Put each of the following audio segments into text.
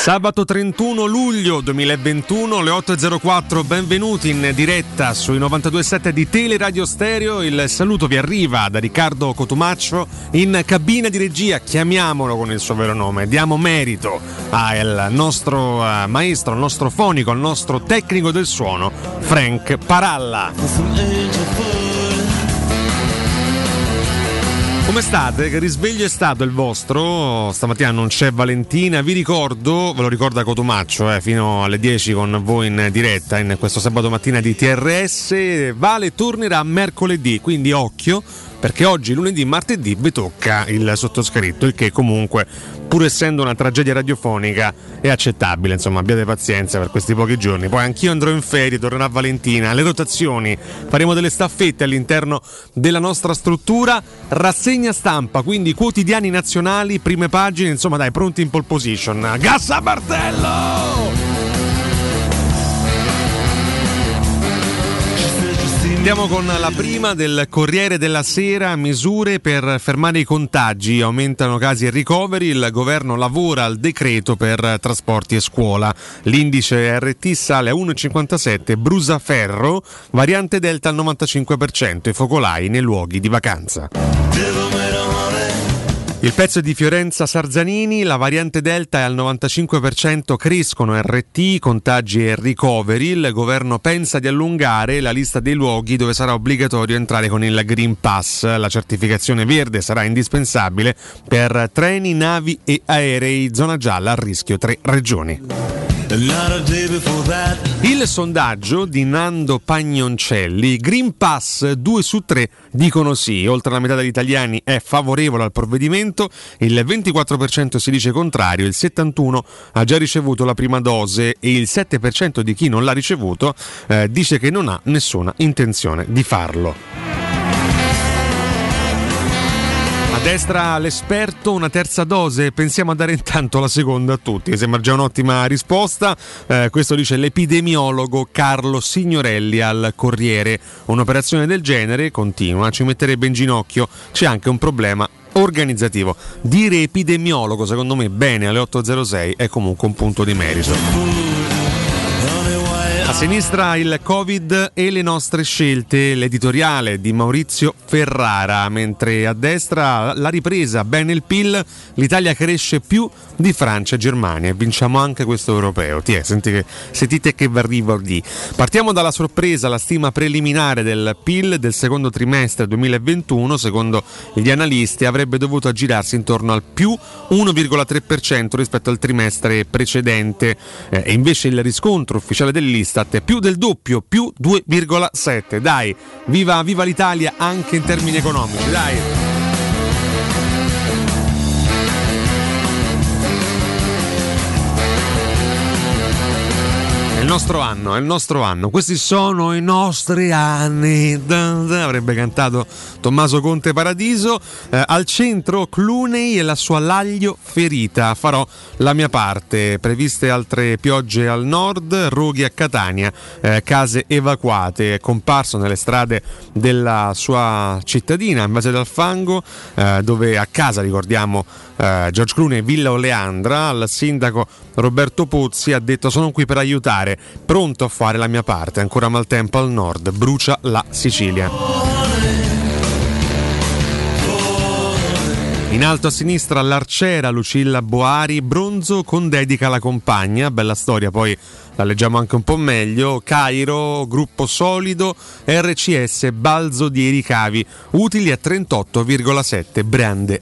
Sabato 31 luglio 2021, le 8.04, benvenuti in diretta sui 92.7 di Teleradio Stereo. Il saluto vi arriva da Riccardo Cotumaccio in cabina di regia, chiamiamolo con il suo vero nome, diamo merito al nostro maestro, al nostro fonico, al nostro tecnico del suono, Frank Paralla. Come state? Che risveglio è stato il vostro? Stamattina non c'è Valentina, vi ricordo, ve lo ricorda Cotumaccio, fino alle 10 con voi in diretta in questo sabato mattina di TRS. Vale tornerà mercoledì, quindi occhio, perché oggi, lunedì, martedì vi tocca il sottoscritto, il che comunque, pur essendo una tragedia radiofonica, è accettabile. Insomma, abbiate pazienza per questi pochi giorni. Poi anch'io andrò in ferie, tornerà Valentina, le rotazioni, faremo delle staffette all'interno della nostra struttura, rassegna stampa, quindi quotidiani nazionali, prime pagine, insomma dai, pronti in pole position. Gassa Martello! Andiamo con la prima del Corriere della Sera. Misure per fermare i contagi, aumentano casi e ricoveri, il governo lavora al decreto per trasporti e scuola. L'indice RT sale a 1,57, Brusaferro, variante Delta al 95%, i focolai nei luoghi di vacanza. Il pezzo di Fiorenza Sarzanini, la variante Delta è al 95%, crescono RT, contagi e ricoveri. Il governo pensa di allungare la lista dei luoghi dove sarà obbligatorio entrare con il Green Pass. La certificazione verde sarà indispensabile per treni, navi e aerei. Zona gialla, a rischio 3 regioni. Il sondaggio di Nando Pagnoncelli, Green Pass 2 su 3 dicono sì, oltre la metà degli italiani è favorevole al provvedimento, il 24% si dice contrario, il 71% ha già ricevuto la prima dose e il 7% di chi non l'ha ricevuto dice che non ha nessuna intenzione di farlo. A destra l'esperto, una terza dose, pensiamo a dare intanto la seconda a tutti, sembra già un'ottima risposta. Questo dice l'epidemiologo Carlo Signorelli al Corriere. Un'operazione del genere, continua, ci metterebbe in ginocchio. C'è anche un problema organizzativo. Dire epidemiologo, secondo me, bene alle 8.06 è comunque un punto di merito. A sinistra il Covid e le nostre scelte, l'editoriale di Maurizio Ferrara, mentre a destra la ripresa, bene il PIL, l'Italia cresce più di Francia e Germania e vinciamo anche questo europeo. Sentite che vi arriva lì. Partiamo dalla sorpresa, la stima preliminare del PIL del secondo trimestre 2021, secondo gli analisti, avrebbe dovuto aggirarsi intorno al più 1,3% rispetto al trimestre precedente e invece il riscontro ufficiale dell'Istat è più del doppio, più 2,7. Dai, viva l'Italia anche in termini economici, dai! È il nostro anno, questi sono i nostri anni, avrebbe cantato Tommaso Conte Paradiso. Al centro Clooney e la sua Laglio ferita, farò la mia parte, previste altre piogge al nord, roghi a Catania, case evacuate. È comparso nelle strade della sua cittadina invase dal fango, dove a casa, ricordiamo, George Clooney, Villa Oleandra. Al sindaco Roberto Pozzi ha detto: sono qui per aiutare, pronto a fare la mia parte, ancora maltempo al nord, brucia la Sicilia. In alto a sinistra l'Arciera Lucilla Boari, bronzo con dedica alla compagna, bella storia, poi la leggiamo anche un po' meglio. Cairo, gruppo solido, RCS, balzo di ricavi, utili a 38,7, Brande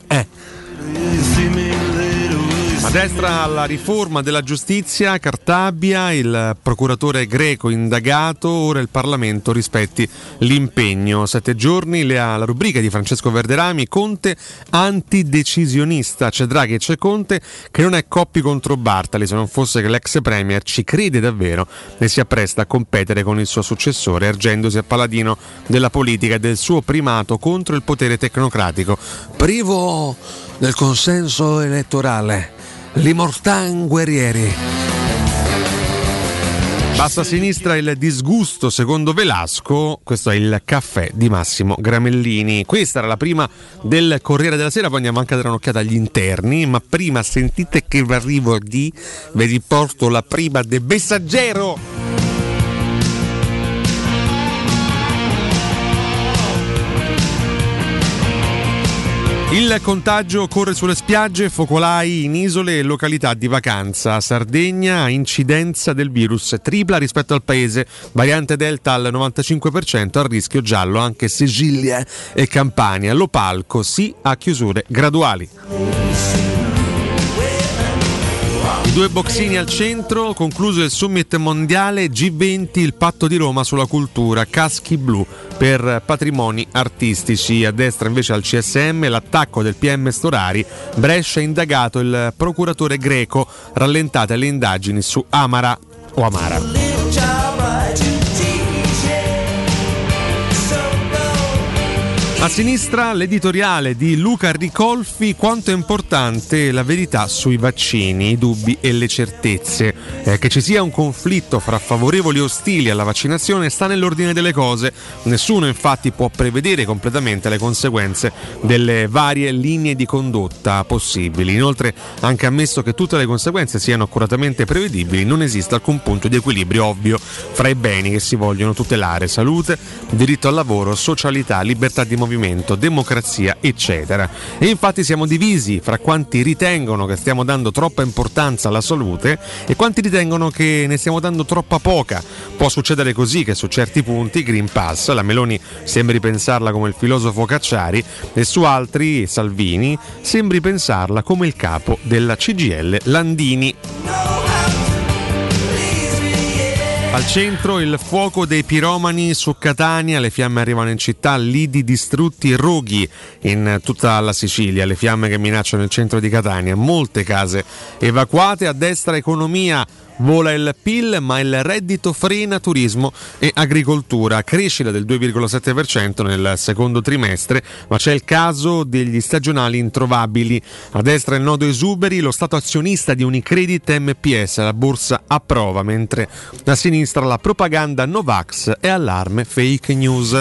A destra la riforma della giustizia, Cartabia, il procuratore greco indagato, ora il Parlamento rispetti l'impegno. 7 giorni la rubrica di Francesco Verderami, Conte antidecisionista, c'è Draghi e c'è Conte che non è Coppi contro Bartali, se non fosse che l'ex premier ci crede davvero e si appresta a competere con il suo successore, ergendosi a paladino della politica e del suo primato contro il potere tecnocratico, privo del consenso elettorale. Li Mortan guerrieri. Basso a sinistra il disgusto secondo Velasco, questo è il caffè di Massimo Gramellini. Questa era la prima del Corriere della Sera, poi andiamo anche a dare un'occhiata agli interni, ma prima sentite che arrivo di, vi riporto la prima del Messaggero. Il contagio corre sulle spiagge, focolai in isole e località di vacanza. Sardegna, incidenza del virus tripla rispetto al paese, variante Delta al 95%, a rischio giallo anche Sicilia e Campania. L'Opalco sì a chiusure graduali. I due boxini al centro, concluso il summit mondiale G20, il patto di Roma sulla cultura, caschi blu per patrimoni artistici. A destra invece al CSM l'attacco del PM Storari, Brescia indagato il procuratore greco, rallentate le indagini su Amara o Amara. A sinistra l'editoriale di Luca Ricolfi, quanto è importante la verità sui vaccini, i dubbi e le certezze. Che ci sia un conflitto fra favorevoli e ostili alla vaccinazione sta nell'ordine delle cose. Nessuno infatti può prevedere completamente le conseguenze delle varie linee di condotta possibili. Inoltre, anche ammesso che tutte le conseguenze siano accuratamente prevedibili, non esiste alcun punto di equilibrio ovvio fra i beni che si vogliono tutelare: salute, diritto al lavoro, socialità, libertà di movimento, democrazia, eccetera. E infatti siamo divisi fra quanti ritengono che stiamo dando troppa importanza alla salute e quanti ritengono che ne stiamo dando troppa poca. Può succedere così che su certi punti Green Pass, la Meloni sembri pensarla come il filosofo Cacciari, e su altri, Salvini, sembri pensarla come il capo della CGIL Landini. Al centro il fuoco dei piromani su Catania, le fiamme arrivano in città, lidi distrutti e roghi in tutta la Sicilia, le fiamme che minacciano il centro di Catania, molte case evacuate. A destra economia, vola il PIL ma il reddito frena turismo e agricoltura, crescita del 2,7% nel secondo trimestre, ma c'è il caso degli stagionali introvabili. A destra il nodo esuberi, lo stato azionista di Unicredit MPS, la borsa approva, mentre a sinistra la propaganda Novax e allarme fake news.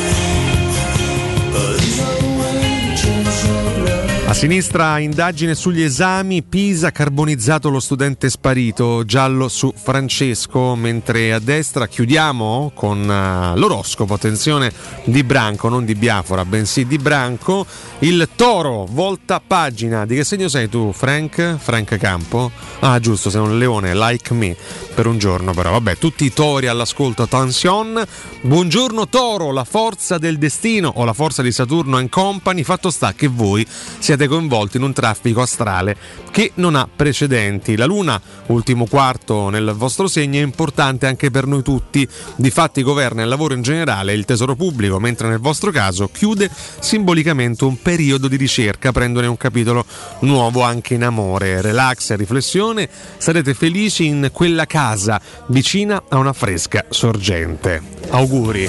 A sinistra indagine sugli esami, Pisa carbonizzato lo studente sparito, giallo su Francesco, mentre a destra chiudiamo con l'oroscopo, attenzione, di Branco, non di Biafora, bensì di Branco. Il Toro volta pagina. Di che segno sei tu, Frank? Frank Campo? Ah, giusto, sei un leone, like me, per un giorno però. Vabbè, tutti i tori all'ascolto, attention. Buongiorno Toro, la forza del destino o la forza di Saturno and Company. Fatto sta che voi siete coinvolti in un traffico astrale che non ha precedenti. La Luna, ultimo quarto nel vostro segno, è importante anche per noi tutti. Difatti governa il lavoro in generale e il tesoro pubblico, mentre nel vostro caso chiude simbolicamente un periodo di ricerca, prendone un capitolo nuovo anche in amore. Relax e riflessione, sarete felici in quella casa vicina a una fresca sorgente. Auguri.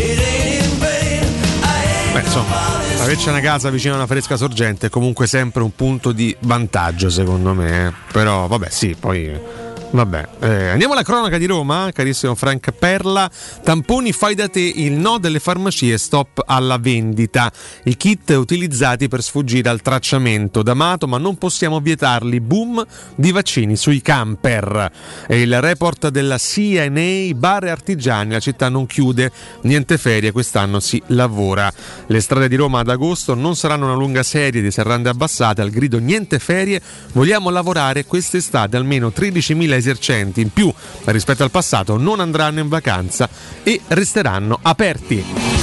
Beh, insomma, averci una casa vicino a una fresca sorgente è comunque sempre un punto di vantaggio, secondo me. Però vabbè, sì, poi vabbè. Andiamo alla cronaca di Roma, carissimo Frank Perla. Tamponi fai da te, il no delle farmacie, stop alla vendita. I kit utilizzati per sfuggire al tracciamento. D'amato, ma non possiamo vietarli. Boom di vaccini sui camper. E il report della CNA, bar e artigiani, la città non chiude, niente ferie, quest'anno si lavora. Le strade di Roma ad agosto non saranno una lunga serie di serrande abbassate, al grido niente ferie, vogliamo lavorare quest'estate. Almeno 13.000 esercenti in più rispetto al passato non andranno in vacanza e resteranno aperti.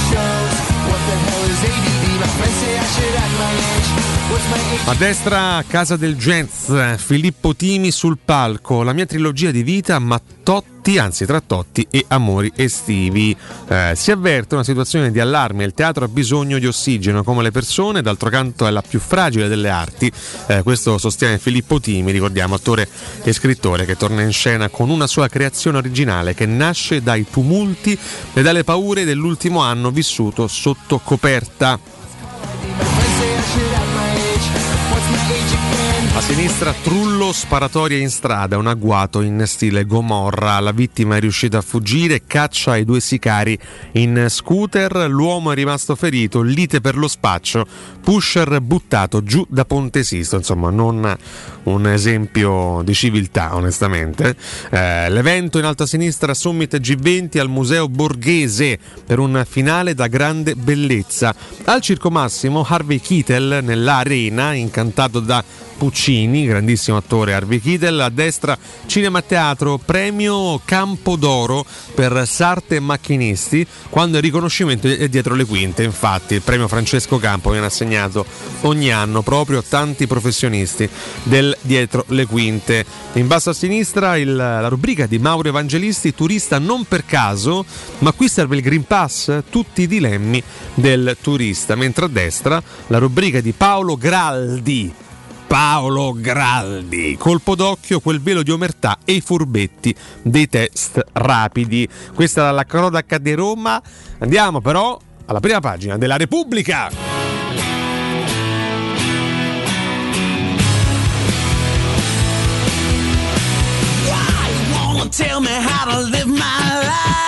A destra Casa del Jazz, Filippo Timi sul palco, la mia trilogia di vita, ma anzi tra Totti e amori estivi. Si avverte una situazione di allarme, il teatro ha bisogno di ossigeno come le persone, d'altro canto è la più fragile delle arti, questo sostiene Filippo Timi, ricordiamo attore e scrittore che torna in scena con una sua creazione originale che nasce dai tumulti e dalle paure dell'ultimo anno vissuto sotto coperta. A sinistra Trullo, sparatoria in strada, un agguato in stile Gomorra, la vittima è riuscita a fuggire, caccia i due sicari in scooter, l'uomo è rimasto ferito, lite per lo spaccio, pusher buttato giù da Ponte Sisto, insomma non un esempio di civiltà onestamente. L'evento in alto a sinistra Summit G20 al Museo Borghese per un finale da grande bellezza. Al Circo Massimo Harvey Keitel nell'arena, incantato da Puccini, grandissimo attore Harvey Keitel. A destra Cinema Teatro, premio Campodoro per Sarte e Macchinisti, quando il riconoscimento è dietro le quinte. Infatti il premio Francesco Campo viene assegnato ogni anno proprio a tanti professionisti del dietro le quinte. In basso a sinistra la rubrica di Mauro Evangelisti, turista non per caso, ma qui serve il Green Pass, tutti i dilemmi del turista. Mentre a destra la rubrica di Paolo Graldi, colpo d'occhio, quel velo di omertà e i furbetti dei test rapidi. Questa è la cronaca di Roma. Andiamo però alla prima pagina della Repubblica. Tell me how to live my life.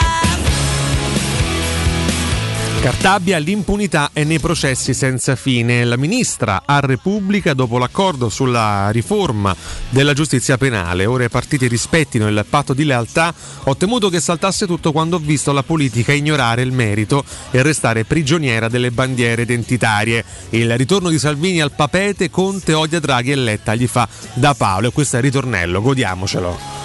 Cartabia, l'impunità è nei processi senza fine. La ministra a Repubblica, dopo l'accordo sulla riforma della giustizia penale, ora i partiti rispettino il patto di lealtà, ho temuto che saltasse tutto quando ho visto la politica ignorare il merito e restare prigioniera delle bandiere identitarie. Il ritorno di Salvini al papete, Conte odia Draghi e Letta gli fa da Paolo, e questo è il ritornello, godiamocelo.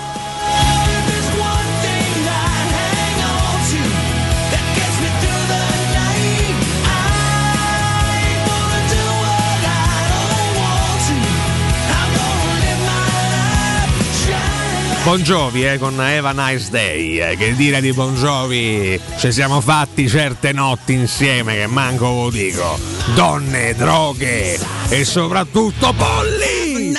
Bon Jovi con Have a Nice Day, che dire di Bon Jovi, ci siamo fatti certe notti insieme che manco ve lo dico, donne, droghe e soprattutto polli.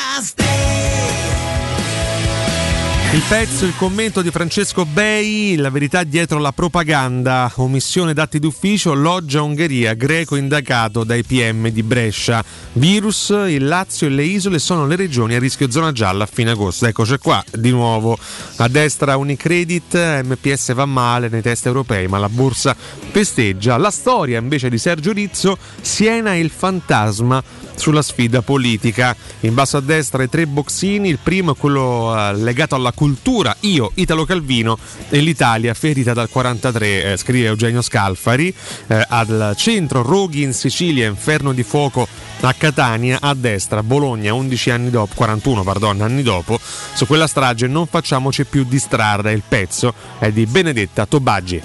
Il pezzo, il commento di Francesco Bei, la verità dietro la propaganda, omissione d'atti d'ufficio, Loggia Ungheria, greco indagato dai PM di Brescia, virus, il Lazio e le isole sono le regioni a rischio zona gialla a fine agosto. Eccoci qua di nuovo. A destra Unicredit, MPS va male nei test europei ma la borsa festeggia. La storia invece di Sergio Rizzo, Siena e il fantasma sulla sfida politica. In basso a destra i tre boxini, il primo è quello legato alla cultura, io, Italo Calvino e l'Italia ferita dal 43, scrive Eugenio Scalfari. Al centro Roghi in Sicilia, inferno di fuoco a Catania. A destra Bologna 41 anni dopo, su quella strage non facciamoci più distrarre. Il pezzo è di Benedetta Tobaggi.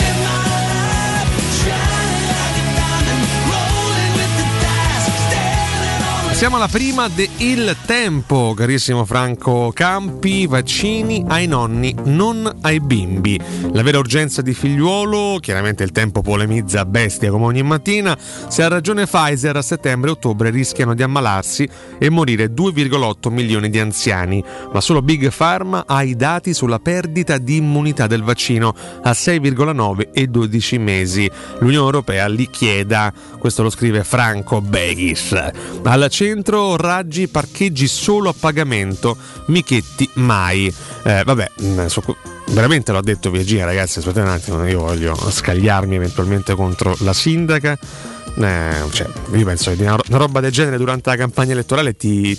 Siamo alla prima de Il Tempo, carissimo Franco Campi. Vaccini ai nonni, non ai bimbi. La vera urgenza di figliuolo, chiaramente Il Tempo polemizza a bestia come ogni mattina. Se ha ragione Pfizer, a settembre e ottobre rischiano di ammalarsi e morire 2,8 milioni di anziani, ma solo Big Pharma ha i dati sulla perdita di immunità del vaccino a 6,9 e 12 mesi. L'Unione Europea li chieda, questo lo scrive Franco Beghis. Al centro Raggi, parcheggi solo a pagamento, Michetti mai. Veramente l'ho detto Virginia, ragazzi, aspettate un attimo, io voglio scagliarmi eventualmente contro la sindaca. Io penso che una roba del genere durante la campagna elettorale ti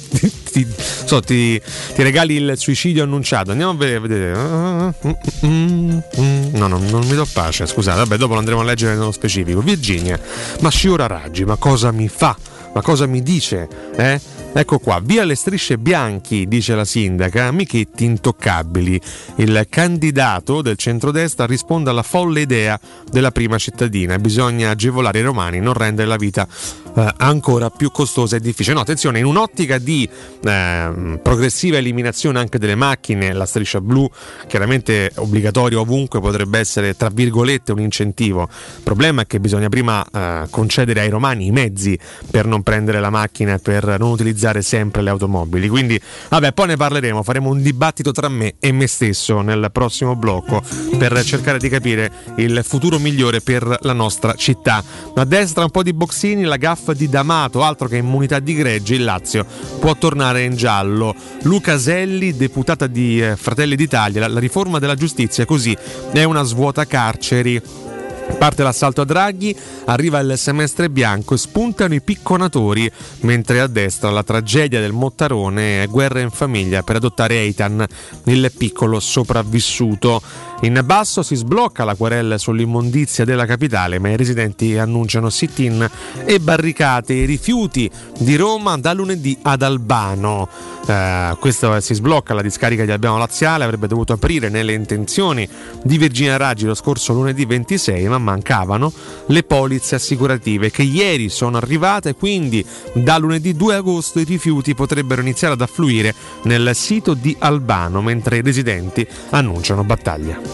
regali il suicidio annunciato. Andiamo a vedere. No, non mi do pace, scusate, vabbè, dopo lo andremo a leggere nello specifico. Virginia, ma Sciora Raggi, ma cosa mi fa? Ma cosa mi dice? Ecco qua, via le strisce bianchi, dice la sindaca, Michetti intoccabili. Il candidato del centrodestra risponde alla folle idea della prima cittadina: bisogna agevolare i romani, non rendere la vita ancora più costosa e difficile. No, attenzione, in un'ottica di progressiva eliminazione anche delle macchine, la striscia blu, chiaramente obbligatorio ovunque, potrebbe essere tra virgolette un incentivo. Il problema è che bisogna prima concedere ai romani i mezzi per non prendere la macchina e per non utilizzare sempre le automobili. Quindi vabbè, poi ne parleremo, faremo un dibattito tra me e me stesso nel prossimo blocco per cercare di capire il futuro migliore per la nostra città. A destra un po' di boxini, la gaffa off di D'Amato, altro che immunità di gregge, il Lazio può tornare in giallo. Luca Selli, deputata di Fratelli d'Italia, la riforma della giustizia così è una svuota carceri. Parte l'assalto a Draghi, arriva il semestre bianco e spuntano i picconatori, mentre a destra la tragedia del Mottarone, guerra in famiglia per adottare Eitan, il piccolo sopravvissuto. In basso si sblocca la querela sull'immondizia della capitale, ma i residenti annunciano sit-in e barricate. I rifiuti di Roma da lunedì ad Albano. Questo si sblocca la discarica di Albano Laziale, avrebbe dovuto aprire nelle intenzioni di Virginia Raggi lo scorso lunedì 26, ma mancavano le polizze assicurative che ieri sono arrivate, quindi da lunedì 2 agosto i rifiuti potrebbero iniziare ad affluire nel sito di Albano, mentre i residenti annunciano battaglia.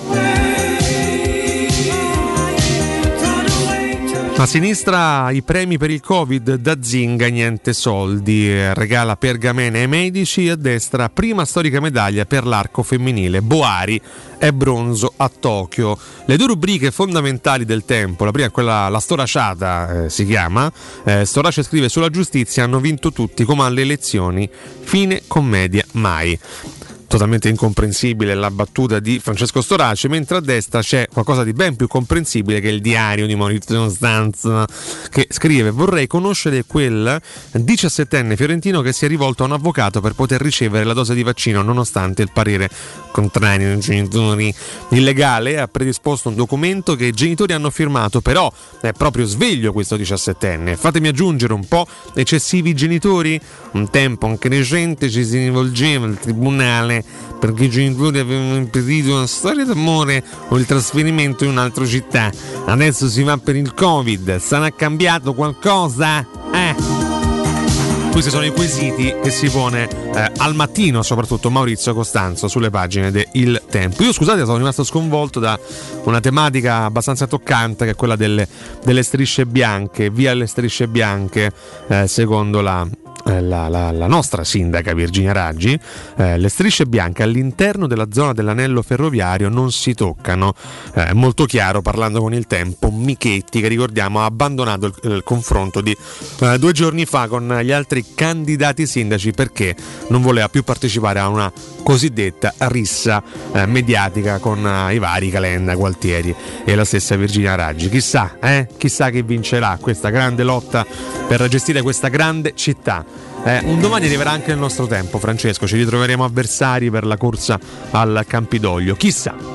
A sinistra i premi per il Covid, da Zinga niente soldi, regala pergamene ai medici. A destra prima storica medaglia per l'arco femminile, Boari è bronzo a Tokyo. Le due rubriche fondamentali del Tempo, la prima è quella, la storacciata si chiama, Storace scrive sulla giustizia, hanno vinto tutti come alle elezioni, fine commedia mai. Totalmente incomprensibile la battuta di Francesco Storace, mentre a destra c'è qualcosa di ben più comprensibile, che è il diario di Maurizio Stanza, che scrive: vorrei conoscere quel 17enne fiorentino che si è rivolto a un avvocato per poter ricevere la dose di vaccino nonostante il parere contrario dei genitori. Il legale ha predisposto un documento che i genitori hanno firmato, però è proprio sveglio questo 17enne. Fatemi aggiungere un po' eccessivi genitori. Un tempo anche recente ci si rivolgeva al tribunale perché i genitori avevano impedito una storia d'amore o il trasferimento in un'altra città. Adesso si va per il Covid. Sarà cambiato qualcosa? Questi sono i quesiti che si pone al mattino, soprattutto Maurizio Costanzo, sulle pagine de Il Tempo. Io, scusate, sono rimasto sconvolto da una tematica abbastanza toccante, che è quella delle strisce bianche, via le strisce bianche, secondo la nostra sindaca Virginia Raggi. Le strisce bianche all'interno della zona dell'anello ferroviario non si toccano. Molto chiaro, parlando con Il Tempo, Michetti, che ricordiamo ha abbandonato il confronto di 2 giorni fa con gli altri candidati sindaci perché non voleva più partecipare a una cosiddetta rissa mediatica con i vari Calenda, Gualtieri e la stessa Virginia Raggi. Chissà che vincerà questa grande lotta per gestire questa grande città. Un domani arriverà anche il nostro tempo, Francesco, ci ritroveremo avversari per la corsa al Campidoglio, chissà.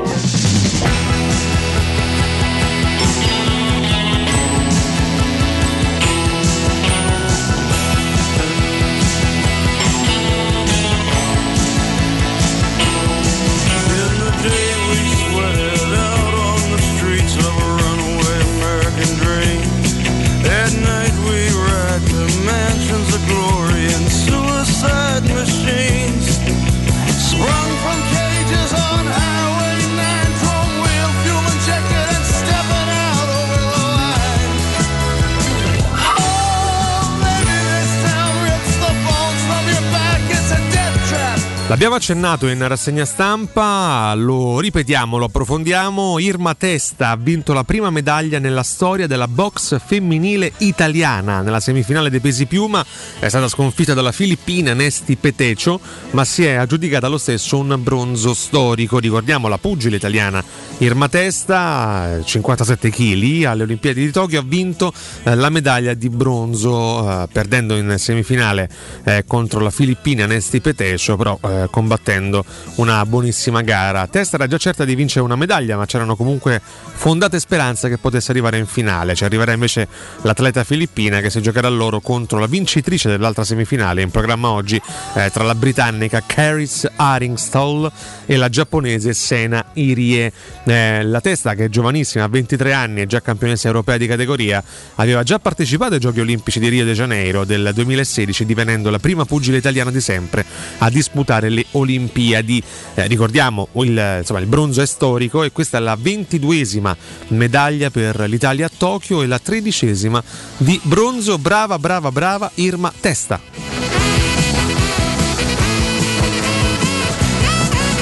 L'abbiamo accennato in rassegna stampa, lo ripetiamo, lo approfondiamo. Irma Testa ha vinto la prima medaglia nella storia della box femminile italiana. Nella semifinale dei pesi piuma è stata sconfitta dalla filippina Nesti Petecio, ma si è aggiudicata lo stesso un bronzo storico. Ricordiamo la pugile italiana Irma Testa, 57 kg, alle Olimpiadi di Tokyo, ha vinto la medaglia di bronzo, perdendo in semifinale contro la filippina Nesti Petecio, però combattendo una buonissima gara. Testa era già certa di vincere una medaglia, ma c'erano comunque fondate speranze che potesse arrivare in finale. Ci arriverà invece l'atleta filippina, che si giocherà loro contro la vincitrice dell'altra semifinale in programma oggi, tra la britannica Caris Haringstall e la giapponese Sena Irie. La Testa, che è giovanissima, ha 23 anni, è già campionessa europea di categoria, aveva già partecipato ai Giochi Olimpici di Rio de Janeiro del 2016, divenendo la prima pugile italiana di sempre a disputare le Olimpiadi. Ricordiamo il bronzo è storico e questa è la 22esima medaglia per l'Italia a Tokyo e la 13esima di bronzo. Brava Irma Testa.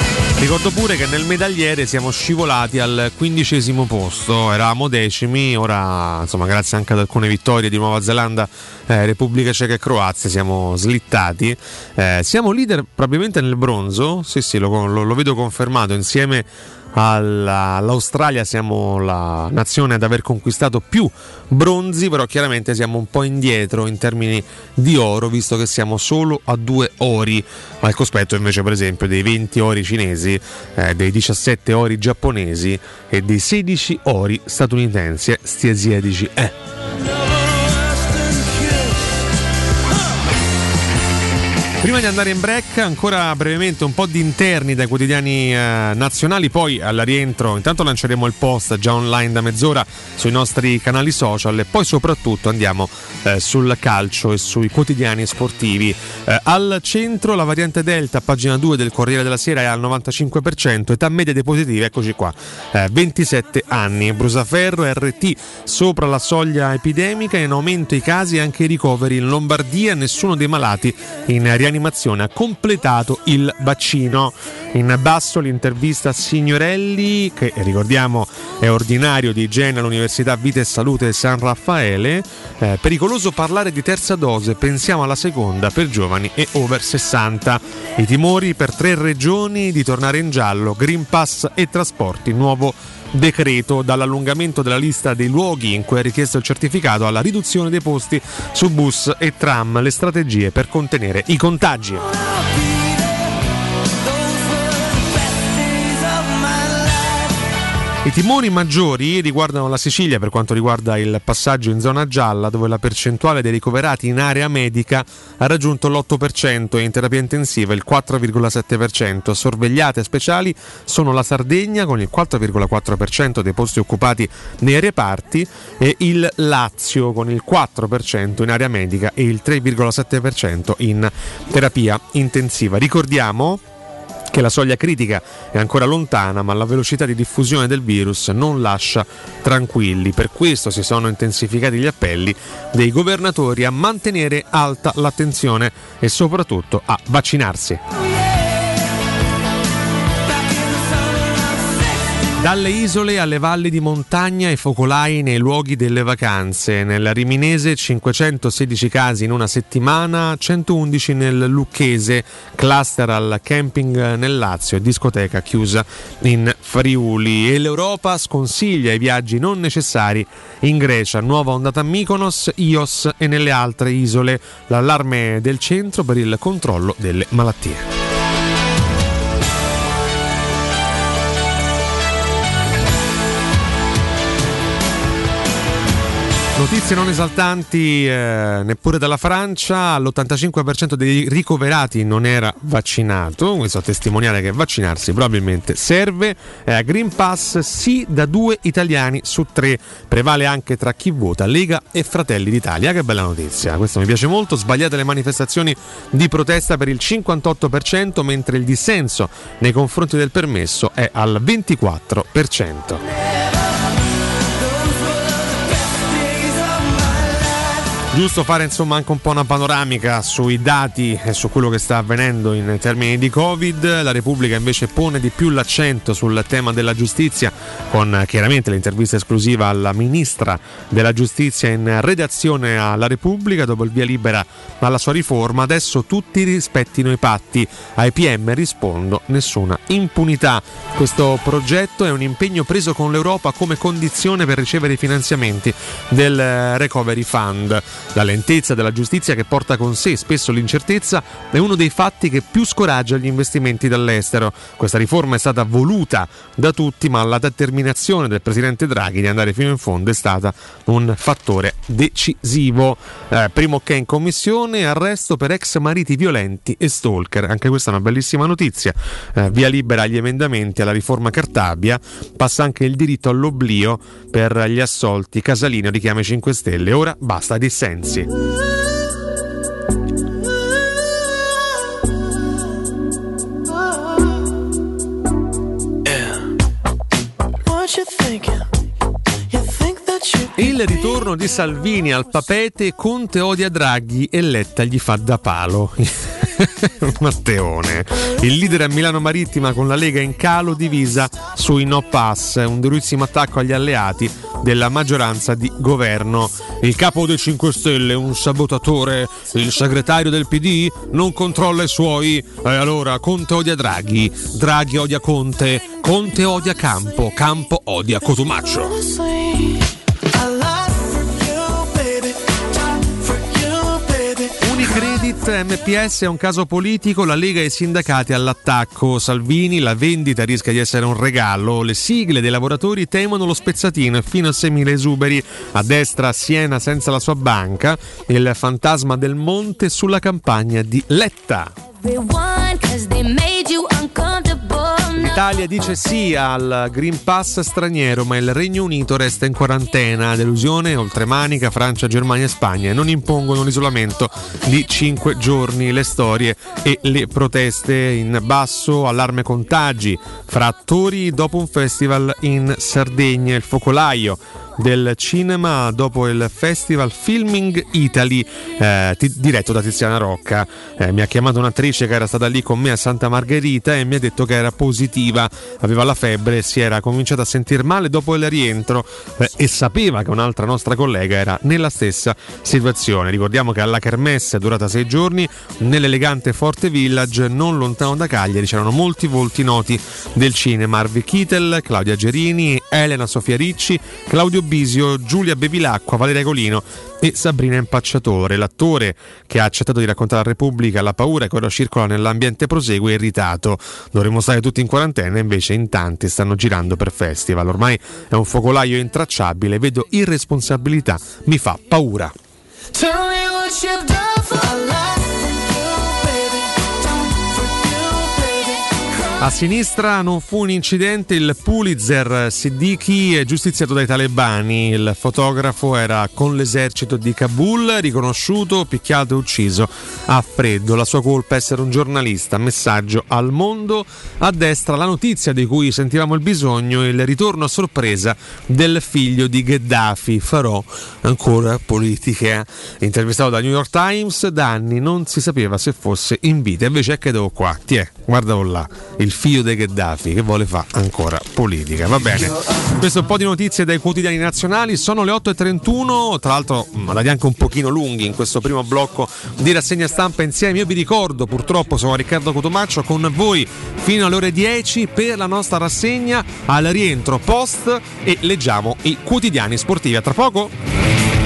Ricordo pure che nel medagliere siamo scivolati al 15° posto, eravamo decimi, ora insomma grazie anche ad alcune vittorie di Nuova Zelanda, Repubblica Ceca e Croazia siamo slittati, siamo leader probabilmente nel bronzo, sì lo vedo confermato, insieme all'Australia siamo la nazione ad aver conquistato più bronzi, però chiaramente siamo un po' indietro in termini di oro, visto che siamo solo a 2 ori, al cospetto invece per esempio dei 20 ori cinesi, dei 17 ori giapponesi e dei 16 ori statunitensi, sti asiatici. Prima di andare in break, ancora brevemente un po' di interni dai quotidiani nazionali, poi al rientro intanto lanceremo il post già online da mezz'ora sui nostri canali social e poi soprattutto andiamo sul calcio e sui quotidiani sportivi. Al centro la variante Delta, pagina 2 del Corriere della Sera, è al 95%, età media dei positivi, eccoci qua, 27 anni, Brusaferro, RT sopra la soglia epidemica, in aumento i casi e anche i ricoveri in Lombardia, nessuno dei malati in rianimazione ha completato il vaccino. In basso l'intervista a Signorelli, che ricordiamo è ordinario di igiene all'Università Vita e Salute San Raffaele. Pericoloso parlare di terza dose, pensiamo alla seconda per giovani e over 60. I timori per 3 regioni di tornare in giallo, Green Pass e trasporti, nuovo decreto, dall'allungamento della lista dei luoghi in cui è richiesto il certificato alla riduzione dei posti su bus e tram, le strategie per contenere i contagi. I timori maggiori riguardano la Sicilia per quanto riguarda il passaggio in zona gialla, dove la percentuale dei ricoverati in area medica ha raggiunto l'8% e in terapia intensiva il 4,7%. Sorvegliate speciali sono la Sardegna con il 4,4% dei posti occupati nei reparti e il Lazio con il 4% in area medica e il 3,7% in terapia intensiva. Ricordiamo che la soglia critica è ancora lontana, ma la velocità di diffusione del virus non lascia tranquilli. Per questo si sono intensificati gli appelli dei governatori a mantenere alta l'attenzione e soprattutto a vaccinarsi. Dalle isole alle valli di montagna e focolai nei luoghi delle vacanze. Nel Riminese 516 casi in una settimana, 111 nel Lucchese, cluster al camping nel Lazio e discoteca chiusa in Friuli. E l'Europa sconsiglia i viaggi non necessari in Grecia, nuova ondata a Mykonos, Ios e nelle altre isole. L'allarme del centro per il controllo delle malattie. Notizie non esaltanti neppure dalla Francia, l'85% dei ricoverati non era vaccinato, questo a testimoniare che vaccinarsi probabilmente serve. Green Pass sì da 2 italiani su 3, prevale anche tra chi vota Lega e Fratelli d'Italia. Che bella notizia, questo mi piace molto. Sbagliate le manifestazioni di protesta per il 58%, mentre il dissenso nei confronti del permesso è al 24%. Giusto fare insomma anche un po' una panoramica sui dati e su quello che sta avvenendo in termini di Covid. La Repubblica invece pone di più l'accento sul tema della giustizia, con chiaramente l'intervista esclusiva alla ministra della giustizia in redazione alla Repubblica. Dopo il via libera alla sua riforma, adesso tutti rispettino i patti. Ai PM rispondo: nessuna impunità. Questo progetto è un impegno preso con l'Europa come condizione per ricevere i finanziamenti del Recovery Fund. La lentezza della giustizia, che porta con sé spesso l'incertezza, è uno dei fatti che più scoraggia gli investimenti dall'estero. Questa riforma è stata voluta da tutti, ma la determinazione del presidente Draghi di andare fino in fondo è stata un fattore decisivo. Primo ok in commissione, arresto per ex mariti violenti e stalker. Anche questa è una bellissima notizia. Via libera agli emendamenti alla riforma Cartabia, passa anche il diritto all'oblio per gli assolti. Casalino richiama i 5 Stelle, ora basta dissensi. What you thinking? You think that Il ritorno di Salvini al papete, Conte odia Draghi e Letta gli fa da palo. Matteone. Il leader a Milano Marittima con la Lega in calo, divisa sui no pass, un durissimo attacco agli alleati della maggioranza di governo. Il capo dei 5 Stelle, un sabotatore, il segretario del PD non controlla i suoi, e allora Conte odia Draghi, Draghi odia Conte, Conte odia Campo, Campo odia Cotumaccio. Unicredit MPS è un caso politico, la Lega e i sindacati all'attacco, Salvini, la vendita rischia di essere un regalo, le sigle dei lavoratori temono lo spezzatino e fino a 6.000 esuberi, a destra Siena senza la sua banca, il fantasma del Monte sulla campagna di Letta. L'Italia dice sì al Green Pass straniero, ma il Regno Unito resta in quarantena. Delusione, oltremanica, Francia, Germania e Spagna non impongono l'isolamento di 5 giorni. Le storie e le proteste in basso, allarme contagi fra attori dopo un festival in Sardegna, il focolaio del cinema dopo il festival Filming Italy diretto da Tiziana Rocca. Mi ha chiamato un'attrice che era stata lì con me a Santa Margherita e mi ha detto che era positiva, aveva la febbre, si era cominciata a sentir male dopo il rientro e sapeva che un'altra nostra collega era nella stessa situazione. Ricordiamo che alla Kermesse, durata 6 giorni, nell'elegante Forte Village non lontano da Cagliari, c'erano molti volti noti del cinema: Harvey Keitel, Claudia Gerini, Elena Sofia Ricci, Claudio Bisio, Giulia Bevilacqua, Valeria Colino e Sabrina Impacciatore. L'attore che ha accettato di raccontare alla Repubblica la paura che ora circola nell'ambiente prosegue è irritato. Dovremmo stare tutti in quarantena, invece in tanti stanno girando per festival. Ormai è un focolaio intracciabile, vedo irresponsabilità, mi fa paura. A sinistra non fu un incidente, il Pulitzer Siddiqui è giustiziato dai talebani, il fotografo era con l'esercito di Kabul, riconosciuto, picchiato e ucciso a freddo. La sua colpa è essere un giornalista, messaggio al mondo. A destra la notizia di cui sentivamo il bisogno, il ritorno a sorpresa del figlio di Gheddafi, farò ancora politica. Intervistato da New York Times, da anni non si sapeva se fosse in vita, invece ecco qua, guardalo là, il figlio di Gheddafi che vuole fare ancora politica. Va bene, questo è un po' di notizie dai quotidiani nazionali. Sono le 8.31, tra l'altro andati anche un pochino lunghi in questo primo blocco di rassegna stampa insieme. Io vi ricordo, purtroppo sono Riccardo Cotomaccio con voi fino alle ore 10 per la nostra rassegna al rientro post e leggiamo i quotidiani sportivi. A tra poco.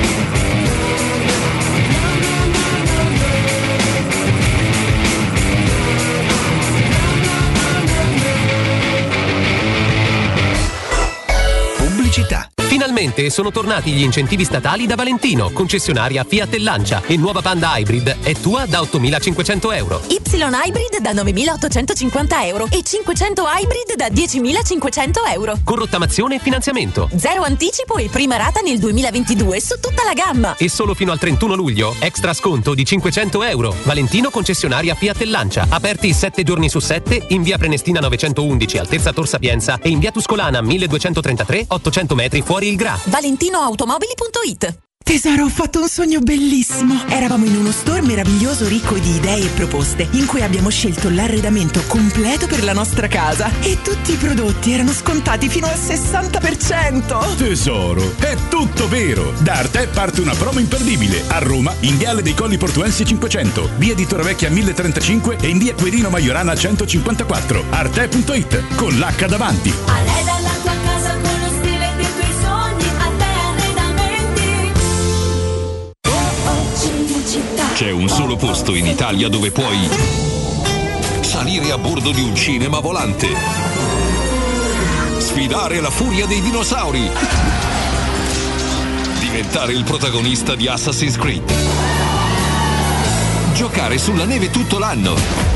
Finalmente sono tornati gli incentivi statali da Valentino, concessionaria Fiat e Lancia, e nuova Panda Hybrid è tua da 8.500 euro. Y Hybrid da 9.850 euro e 500 Hybrid da 10.500 euro. Con rottamazione e finanziamento. Zero anticipo e prima rata nel 2022 su tutta la gamma. E solo fino al 31 luglio, extra sconto di 500 euro. Valentino, concessionaria Fiat e Lancia. Aperti 7 giorni su 7 in via Prenestina 911 altezza Tor Sapienza e in via Tuscolana 1233 800 metri fuori il Gra. ValentinoAutomobili.it. Tesoro, ho fatto un sogno bellissimo. Eravamo in uno store meraviglioso ricco di idee e proposte, in cui abbiamo scelto l'arredamento completo per la nostra casa e tutti i prodotti erano scontati fino al 60%. Tesoro, è tutto vero. Da Arte parte una promo imperdibile. A Roma, in Viale dei Colli Portuensi 500, via di Torrevecchia 1035 e in via Quirino Maiorana 154. Arte.it con l'H davanti. Arreda la tua casa con lo stile dei tuoi sogni. C'è un solo posto in Italia dove puoi salire a bordo di un cinema volante, sfidare la furia dei dinosauri, diventare il protagonista di Assassin's Creed, giocare sulla neve tutto l'anno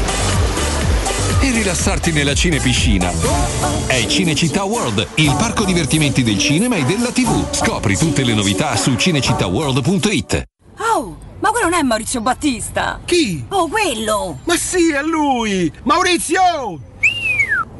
e rilassarti nella cinepiscina. È Cinecittà World, il parco divertimenti del cinema e della TV. Scopri tutte le novità su cinecittàworld.it. Oh, ma quello non è Maurizio Battista? Chi? Oh, quello! Ma sì, è lui! Maurizio!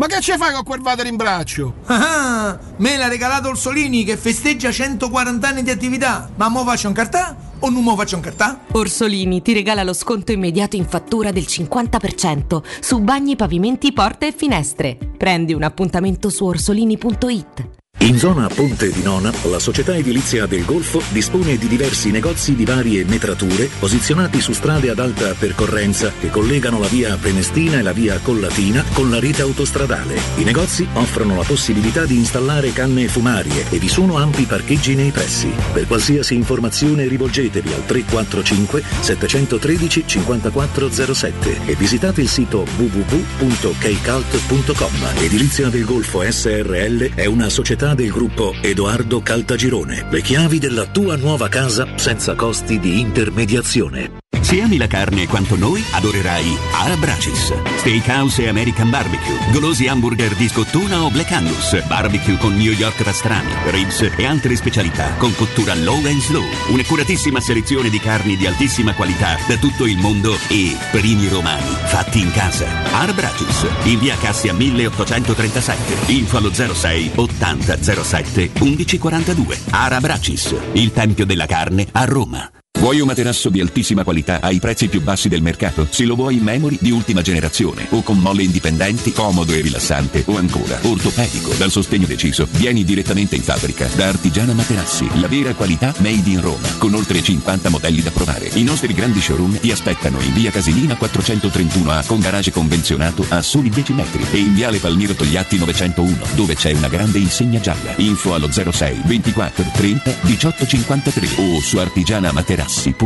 Ma che ci fai con quel water in braccio? Ah, me l'ha regalato Orsolini che festeggia 140 anni di attività. Ma mo faccio un cartà o non mo faccio un cartà? Orsolini ti regala lo sconto immediato in fattura del 50% su bagni, pavimenti, porte e finestre. Prendi un appuntamento su orsolini.it. In zona Ponte di Nona, la società edilizia del Golfo dispone di diversi negozi di varie metrature posizionati su strade ad alta percorrenza che collegano la via Prenestina e la via Collatina con la rete autostradale. I negozi offrono la possibilità di installare canne fumarie e vi sono ampi parcheggi nei pressi. Per qualsiasi informazione rivolgetevi al 345 713 5407 e visitate il sito www.keicalt.com. Edilizia del Golfo SRL è una società del gruppo Edoardo Caltagirone. Le chiavi della tua nuova casa senza costi di intermediazione. Se ami la carne quanto noi, adorerai Arabracis. Steakhouse e American Barbecue, golosi hamburger di scottuna o Black Angus, barbecue con New York pastrami, ribs e altre specialità con cottura low and slow. Un'accuratissima selezione di carni di altissima qualità da tutto il mondo e primi romani fatti in casa. Arabracis, in via Cassia 1837. Info allo 06 80 07 1142. Arabracis, il tempio della carne a Roma. Vuoi un materasso di altissima qualità ai prezzi più bassi del mercato? Se lo vuoi in memory di ultima generazione o con molle indipendenti, comodo e rilassante o ancora ortopedico dal sostegno deciso, vieni direttamente in fabbrica da Artigiana Materassi, la vera qualità made in Roma, con oltre 50 modelli da provare. I nostri grandi showroom ti aspettano in via Casilina 431A con garage convenzionato a soli 10 metri e in viale Palmiro Togliatti 901 dove c'è una grande insegna gialla. Info allo 06 24 30 18 53 o su artigianamaterassi.com.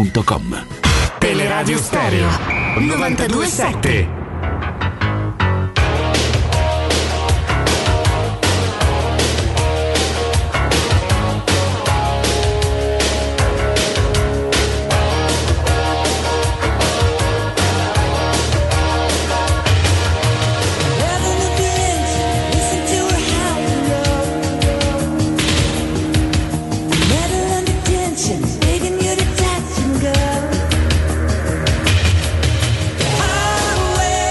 Teleradio Stereo 92.7. Highway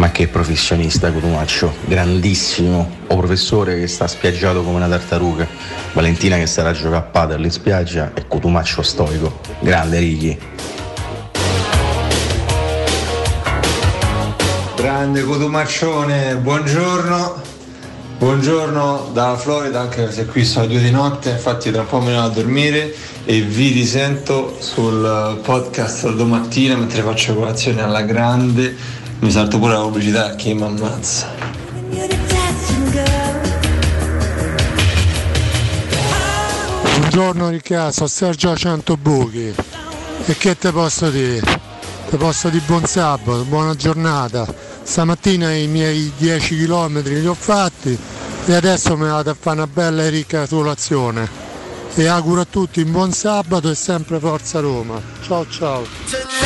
Ma che professionista Cotumaccio, grandissimo. O professore che sta spiaggiato come una tartaruga, Valentina che sarà a giocare a padel in spiaggia e Cotumaccio stoico. Grande Ricky. Grande Cotumaccione, buongiorno. Buongiorno dalla Florida, anche se qui sono 2 di notte, infatti tra un po' me ne vado a dormire e vi risento sul podcast domattina mentre faccio colazione alla grande. Mi salto pure la pubblicità che mi ammazza. Buongiorno Riccardo, sono Sergio Centobuchi e che te posso dire? Te posso dire buon sabato, buona giornata. Stamattina i miei 10 km li ho fatti e adesso mi vado a fare una bella e ricca colazione. E auguro a tutti un buon sabato e sempre Forza Roma. Ciao ciao.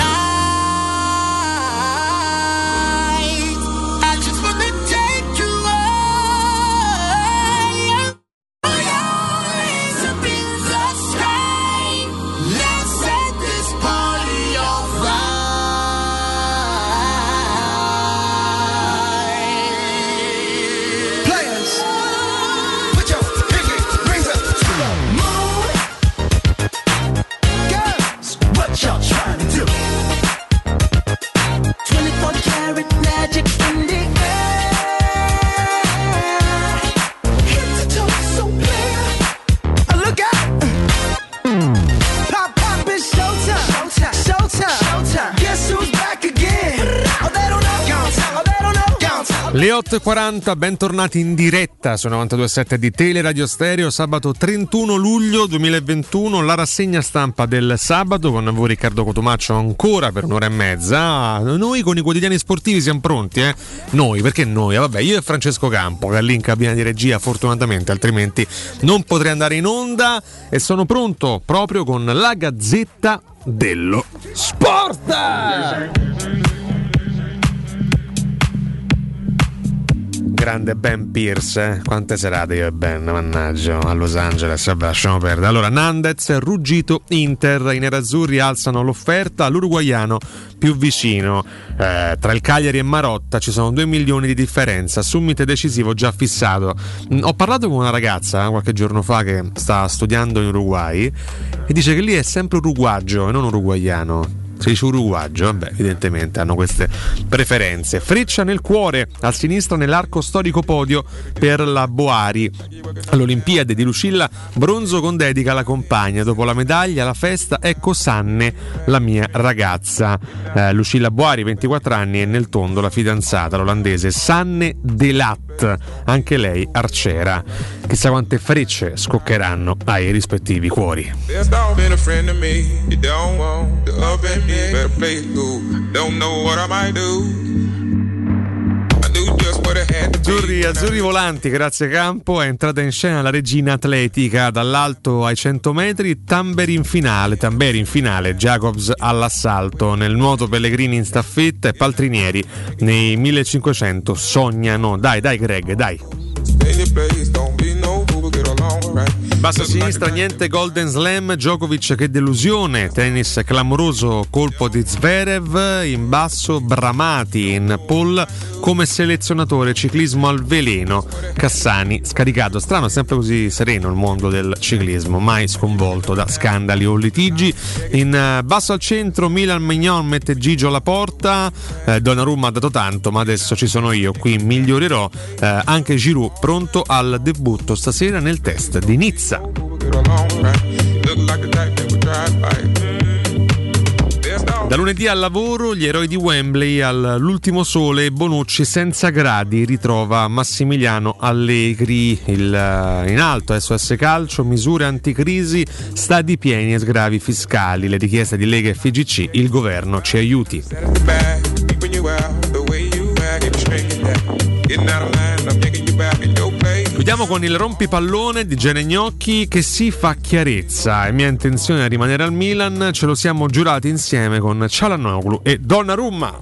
Le 8.40, bentornati in diretta su 92.7 di Teleradio Stereo, sabato 31 luglio 2021, la rassegna stampa del sabato con voi Riccardo Cotumaccio ancora per un'ora e mezza. Noi con i quotidiani sportivi siamo pronti, Noi, perché noi? Vabbè, io e Francesco Campo, che è lì in cabina di regia fortunatamente, altrimenti non potrei andare in onda, e sono pronto proprio con la Gazzetta dello Sport! Grande Ben Pierce, quante serate io e Ben, mannaggia, a Los Angeles, vabbè, lasciamo perdere. Allora, Nandez, ruggito Inter, i nerazzurri alzano l'offerta all'uruguaiano più vicino, tra il Cagliari e Marotta ci sono 2 milioni di differenza, summit decisivo già fissato. Ho parlato con una ragazza qualche giorno fa che sta studiando in Uruguay e dice che lì è sempre uruguagio e non uruguaiano. Si dice uruguagio, vabbè, evidentemente hanno queste preferenze. Freccia nel cuore, a sinistra nell'arco storico podio per la Boari. All'Olimpiade di Lucilla, bronzo con dedica alla compagna. Dopo la medaglia, la festa, ecco Sanne, la mia ragazza. Lucilla Boari, 24 anni, e nel tondo la fidanzata, l'olandese Sanne Delat, anche lei arciera. Chissà quante frecce scoccheranno ai rispettivi cuori. Azzurri volanti, grazie Campo. È entrata in scena la regina atletica dall'alto ai 100 metri. Tamberi in finale, Jacobs all'assalto. Nel nuoto Pellegrini in staffetta e Paltrinieri nei 1500 sognano. Dai Greg, dai. Basso a sinistra, niente Golden Slam, Djokovic che delusione, tennis clamoroso, colpo di Zverev. In basso Bramati in pole come selezionatore, ciclismo al veleno, Cassani scaricato. Strano, sempre così sereno il mondo del ciclismo, mai sconvolto da scandali o litigi. In basso al centro Milan Mignon mette Gigio alla porta, Donnarumma ha dato tanto ma adesso ci sono io, qui migliorerò. Anche Giroud pronto al debutto stasera nel test di Nizza. Da lunedì al lavoro, gli eroi di Wembley all'ultimo sole, Bonucci senza gradi ritrova Massimiliano Allegri. In alto SOS Calcio, misure anticrisi, stadi pieni e sgravi fiscali, le richieste di Lega e FIGC, il governo ci aiuti. Chiudiamo con il rompipallone di Gene Gnocchi che si fa chiarezza. È mia intenzione a rimanere al Milan, ce lo siamo giurati insieme con Çalhanoğlu e Donnarumma.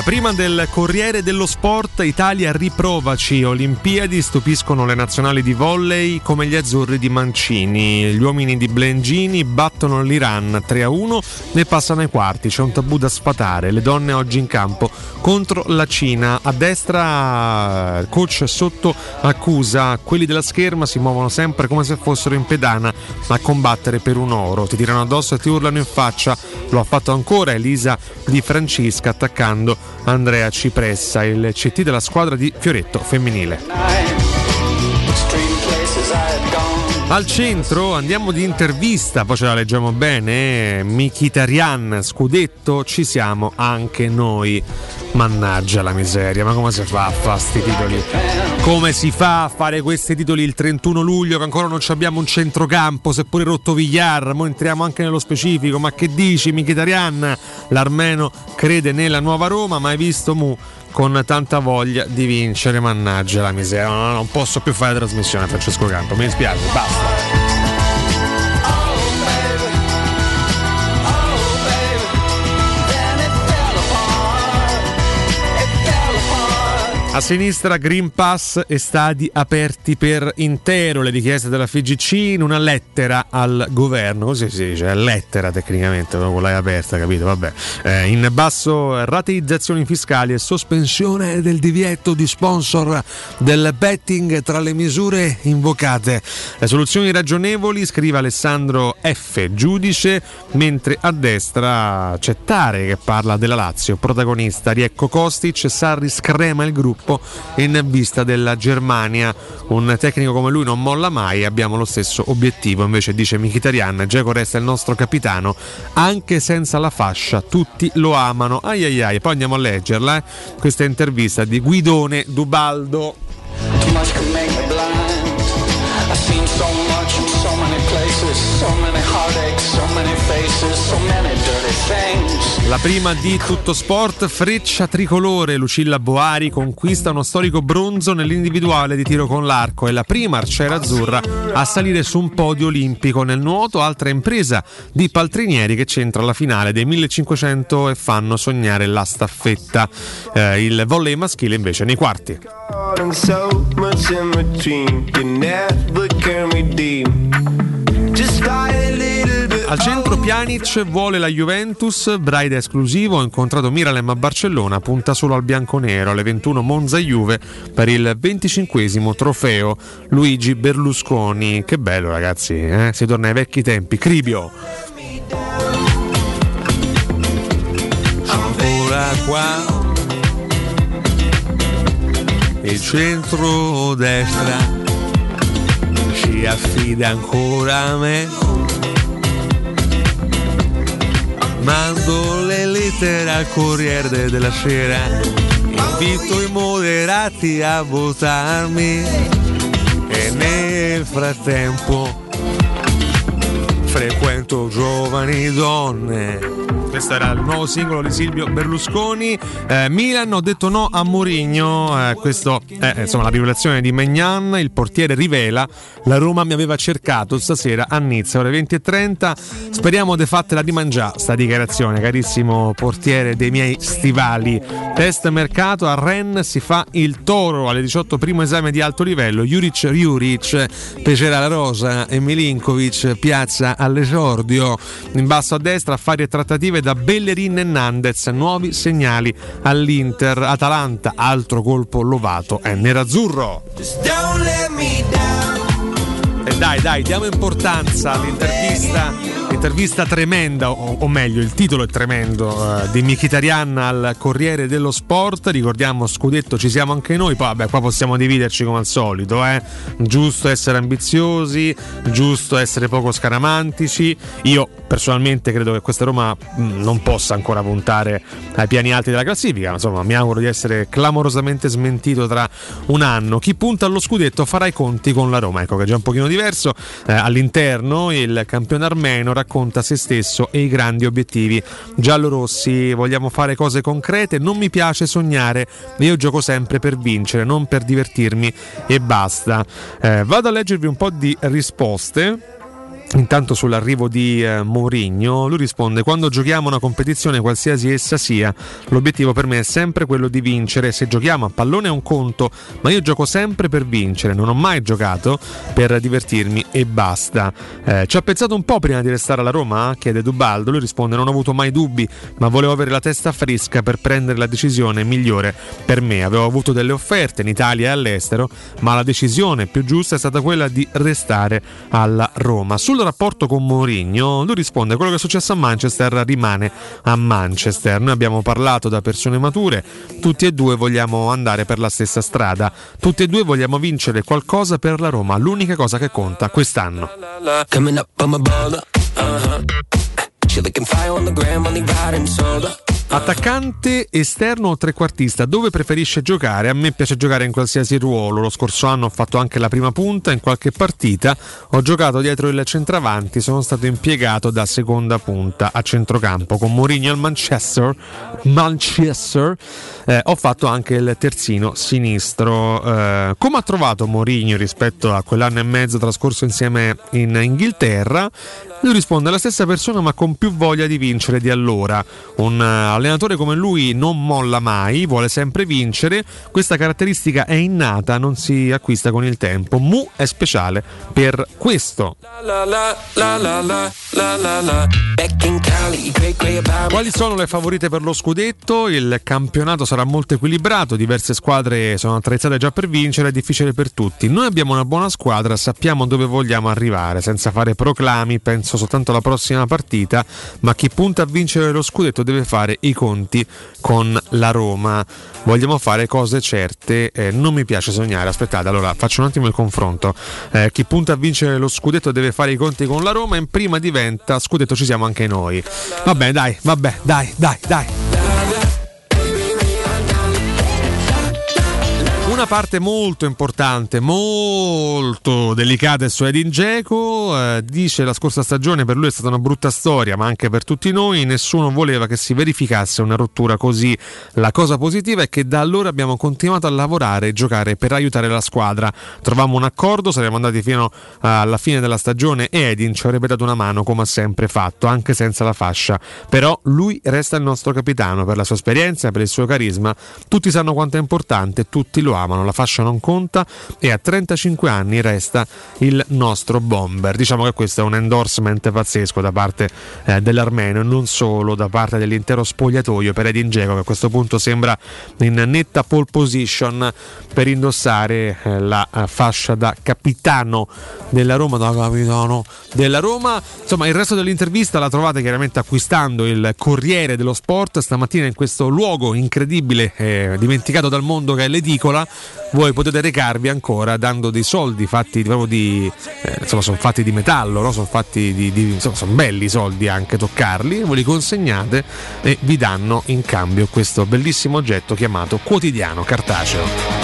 prima del Corriere dello Sport, Italia riprovaci, Olimpiadi, stupiscono le nazionali di volley come gli azzurri di Mancini. Gli uomini di Blengini battono l'Iran 3-1 e passano ai quarti. C'è un tabù da sfatare, le donne oggi in campo contro la Cina. A destra coach sotto accusa, quelli della scherma si muovono sempre come se fossero in pedana a combattere per un oro, ti tirano addosso e ti urlano in faccia. Lo ha fatto ancora Elisa Di Francisca attaccando Andrea Cipressa, il CT della squadra di Fioretto femminile. Al centro andiamo di intervista, poi ce la leggiamo bene. Mkhitaryan, scudetto, ci siamo anche noi. Mannaggia la miseria, ma come si fa a fare sti titoli? Come si fa a fare questi titoli il 31 luglio che ancora non abbiamo un centrocampo, seppure rotto Villar? Mo entriamo anche nello specifico, ma che dici Mkhitaryan? L'armeno crede nella nuova Roma, ma hai visto mu con tanta voglia di vincere, mannaggia la miseria. No, non posso più fare la trasmissione a Francesco Campo, mi dispiace, basta. A sinistra Green Pass e stadi aperti per intero, le richieste della FIGC in una lettera al governo, così si dice, lettera tecnicamente, con l'hai aperta, capito? Vabbè. In basso rateizzazioni fiscali e sospensione del divieto di sponsor del betting tra le misure invocate. Soluzioni ragionevoli, scrive Alessandro F. Giudice, mentre a destra c'è Tare che parla della Lazio, protagonista Riecco Kostic, Sarri screma il gruppo in vista della Germania. Un tecnico come lui non molla mai, abbiamo lo stesso obiettivo, invece dice Mkhitaryan. Dzeko resta il nostro capitano anche senza la fascia, tutti lo amano. Ai ai ai. Poi andiamo a leggerla, questa intervista di Guidone Dubaldo. La prima di Tutto Sport, Freccia tricolore. Lucilla Boari conquista uno storico bronzo nell'individuale di tiro con l'arco, è la prima arciera azzurra a salire su un podio olimpico nel nuoto. Altra impresa di Paltrinieri che c'entra alla finale dei 1500 e fanno sognare la staffetta. Il volley maschile invece nei quarti. Al centro Pjanic vuole la Juventus, Braida esclusivo, ha incontrato Miralem a Barcellona, punta solo al bianconero. Alle 21 Monza Juve per il 25esimo trofeo Luigi Berlusconi. Che bello ragazzi, si torna ai vecchi tempi. Cribio. Ancora qua il centro destra ci affida ancora a me. Mando le lettere al Corriere della Sera, invito i moderati a votarmi e nel frattempo frequento giovani donne. Questo era il nuovo singolo di Silvio Berlusconi. Milan, ho detto no a Mourinho. Questo è insomma la rivelazione di Maignan. Il portiere rivela: la Roma mi aveva cercato stasera a Nizza, ore 20:30. Speriamo de fatte la rimangià sta dichiarazione, carissimo portiere dei miei stivali. Test mercato, a Rennes si fa il toro. Alle 18 primo esame di alto livello. Juric pecerà la rosa e Milinkovic piazza all'esordio. In basso a destra affari e trattative da Bellerin e Nandez, nuovi segnali all'Inter. Atalanta, altro colpo lovato è nerazzurro. E dai, diamo importanza all'intervista tremenda, o meglio il titolo è tremendo, di Mkhitaryan al Corriere dello Sport. Ricordiamo scudetto, ci siamo anche noi. Poi vabbè, qua possiamo dividerci come al solito, giusto essere ambiziosi, giusto essere poco scaramantici. Io personalmente credo che questa Roma non possa ancora puntare ai piani alti della classifica, insomma mi auguro di essere clamorosamente smentito tra un anno. Chi punta allo scudetto farà i conti con la Roma, ecco che è già un pochino diverso. All'interno il campione armeno racconta se stesso e i grandi obiettivi giallorossi. Vogliamo fare cose concrete, non mi piace sognare, io gioco sempre per vincere, non per divertirmi e basta. Vado a leggervi un po' di risposte. Intanto sull'arrivo di Mourinho, lui risponde: quando giochiamo una competizione qualsiasi essa sia, l'obiettivo per me è sempre quello di vincere. Se giochiamo a pallone è un conto, ma io gioco sempre per vincere, non ho mai giocato per divertirmi e basta. Ci ha pensato un po' prima di restare alla Roma? Chiede Dubaldo. Lui risponde: non ho avuto mai dubbi, ma volevo avere la testa fresca per prendere la decisione migliore per me. Avevo avuto delle offerte in Italia e all'estero, ma la decisione più giusta è stata quella di restare alla Roma. Sul rapporto con Mourinho, lui risponde: quello che è successo a Manchester rimane a Manchester. Noi abbiamo parlato da persone mature, tutti e due vogliamo andare per la stessa strada, tutti e due vogliamo vincere qualcosa per la Roma, l'unica cosa che conta quest'anno. Attaccante, esterno o trequartista, dove preferisce giocare? A me piace giocare in qualsiasi ruolo. Lo scorso anno ho fatto anche la prima punta in qualche partita, ho giocato dietro il centravanti, sono stato impiegato da seconda punta a centrocampo. Con Mourinho al Manchester ho fatto anche il terzino sinistro. Come ha trovato Mourinho rispetto a quell'anno e mezzo trascorso insieme in Inghilterra? Lui risponde: la stessa persona ma con più voglia di vincere di allora. Un allenatore come lui non molla mai, vuole sempre vincere, questa caratteristica è innata, non si acquista con il tempo. Mu è speciale per questo. Quali sono le favorite per lo scudetto? Il campionato sarà molto equilibrato, diverse squadre sono attrezzate già per vincere, è difficile per tutti. Noi abbiamo una buona squadra, sappiamo dove vogliamo arrivare, senza fare proclami, penso soltanto alla prossima partita, ma chi punta a vincere lo scudetto deve fare i conti con la Roma. Vogliamo fare cose certe, non mi piace sognare. Aspettate, allora faccio un attimo il confronto. Chi punta a vincere lo scudetto deve fare i conti con la Roma, in prima diventa scudetto ci siamo anche noi. Vabbè, dai. Una parte molto importante, molto delicata è su Edin Dzeko. Dice: la scorsa stagione per lui è stata una brutta storia, ma anche per tutti noi, nessuno voleva che si verificasse una rottura così. La cosa positiva è che da allora abbiamo continuato a lavorare e giocare per aiutare la squadra. Trovammo un accordo, saremmo andati fino alla fine della stagione e Edin ci avrebbe dato una mano come ha sempre fatto, anche senza la fascia. Però lui resta il nostro capitano per la sua esperienza, per il suo carisma. Tutti sanno quanto è importante, tutti lo amano, la fascia non conta e a 35 anni resta il nostro bomber. Diciamo che questo è un endorsement pazzesco da parte dell'armeno e non solo, da parte dell'intero spogliatoio per Edin Dzeko, che a questo punto sembra in netta pole position per indossare la fascia da capitano della Roma, Insomma, il resto dell'intervista la trovate chiaramente acquistando il Corriere dello Sport stamattina in questo luogo incredibile dimenticato dal mondo che è l'edicola. Voi potete recarvi ancora dando dei soldi fatti proprio di insomma, sono fatti di metallo, no? Sono fatti insomma, sono belli i soldi anche toccarli, voi li consegnate e vi danno in cambio questo bellissimo oggetto chiamato quotidiano cartaceo.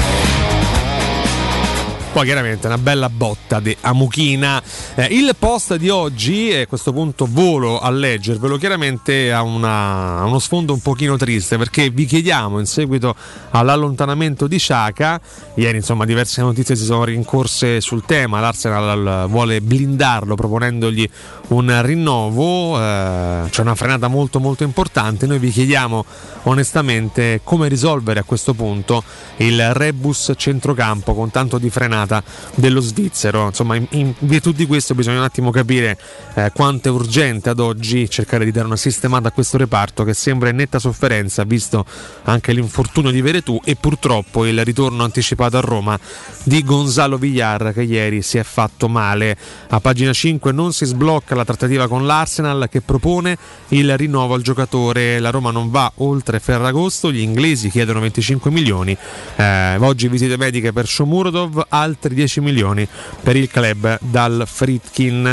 Poi chiaramente una bella botta di Amuchina. Il post di oggi, a questo punto volo a leggervelo, chiaramente ha uno sfondo un pochino triste, perché vi chiediamo, in seguito all'allontanamento di Xhaka, ieri insomma diverse notizie si sono rincorse sul tema, l'Arsenal vuole blindarlo proponendogli un rinnovo, c'è una frenata molto molto importante. Noi vi chiediamo onestamente come risolvere a questo punto il rebus centrocampo con tanto di frenata dello svizzero. Insomma, in virtù di questo bisogna un attimo capire quanto è urgente ad oggi cercare di dare una sistemata a questo reparto che sembra in netta sofferenza, visto anche l'infortunio di Veretù e purtroppo il ritorno anticipato a Roma di Gonzalo Villar, che ieri si è fatto male. A pagina 5 non si sblocca la trattativa con l'Arsenal, che propone il rinnovo al giocatore. La Roma non va oltre Ferragosto, gli inglesi chiedono 25 milioni. Oggi visite mediche per Shomurodov, altri 10 milioni per il club dai Friedkin.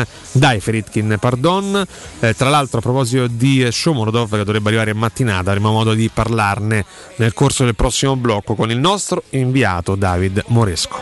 Tra l'altro, a proposito di Shomurodov, che dovrebbe arrivare in mattinata, avremo modo di parlarne nel corso del prossimo blocco con il nostro inviato David Moresco.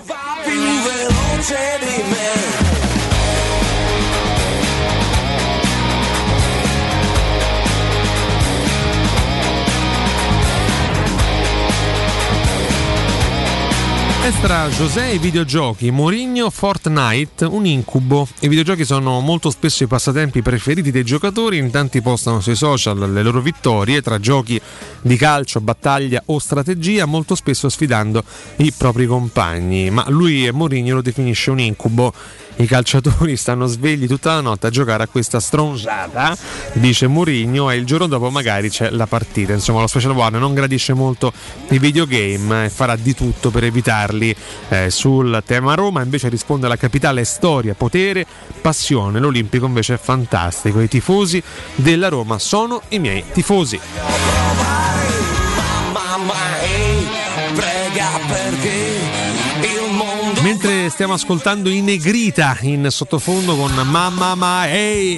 Destra José, i videogiochi, Mourinho, Fortnite, un incubo. I videogiochi sono molto spesso i passatempi preferiti dei giocatori, in tanti postano sui social le loro vittorie tra giochi di calcio, battaglia o strategia, molto spesso sfidando i propri compagni. Ma lui, Mourinho, lo definisce un incubo. I calciatori stanno svegli tutta la notte a giocare a questa stronzata, dice Mourinho, e il giorno dopo magari c'è la partita. Insomma, lo Special One non gradisce molto i videogame e farà di tutto per evitarli. Sul tema Roma invece risponde la capitale è storia, potere, passione. L'Olimpico invece è fantastico. I tifosi della Roma sono i miei tifosi. Mentre stiamo ascoltando i Negrita in sottofondo con mamma ehi,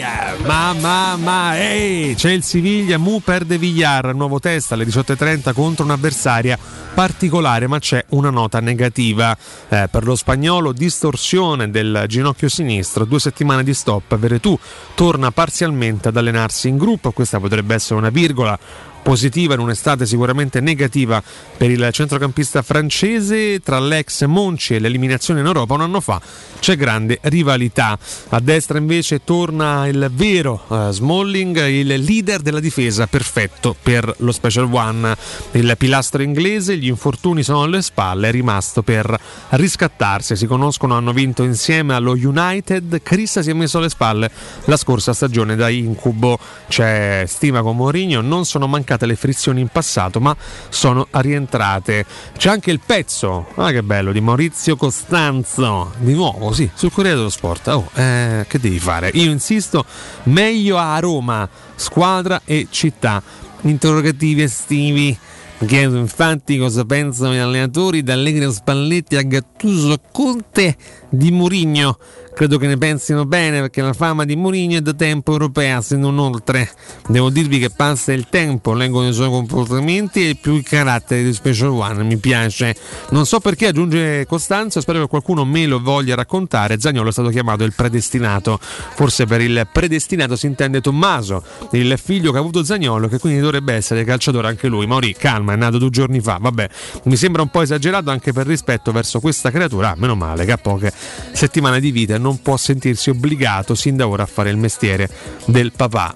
c'è il Siviglia, Mu perde Villar, nuovo test alle 18.30 contro un'avversaria particolare, ma c'è una nota negativa per lo spagnolo: distorsione del ginocchio sinistro, 2 settimane di stop. Veretù torna parzialmente ad allenarsi in gruppo, questa potrebbe essere una virgola positiva in un'estate sicuramente negativa per il centrocampista francese. Tra l'ex Monci e l'eliminazione in Europa un anno fa c'è grande rivalità. A destra invece torna il vero Smalling, il leader della difesa, perfetto per lo Special One. Il pilastro inglese, gli infortuni sono alle spalle, è rimasto per riscattarsi. Si conoscono, hanno vinto insieme allo United. Chris si è messo alle spalle la scorsa stagione da incubo. C'è stima con Mourinho, non sono mancate le frizioni in passato, ma sono rientrate. C'è anche il pezzo, che bello, di Maurizio Costanzo, di nuovo, sì, sul Corriere dello Sport. Che devi fare? Io insisto, meglio a Roma, squadra e città. Interrogativi estivi. Chiedo infatti cosa pensano gli allenatori, da Allegri a Spalletti a Gattuso a Conte, di Mourinho. Credo che ne pensino bene, perché la fama di Mourinho è da tempo europea, se non oltre. Devo dirvi che passa il tempo, leggo i suoi comportamenti e più il carattere di Special One, mi piace. Non so perché, aggiunge Costanzo, spero che qualcuno me lo voglia raccontare. Zaniolo è stato chiamato il predestinato, forse per il predestinato si intende Tommaso, il figlio che ha avuto Zaniolo, che quindi dovrebbe essere calciatore anche lui. Mauri, calma, è nato 2 giorni fa, vabbè, mi sembra un po' esagerato anche per rispetto verso questa creatura. Meno male che ha poche settimane di vita e non può sentirsi obbligato sin da ora a fare il mestiere del papà.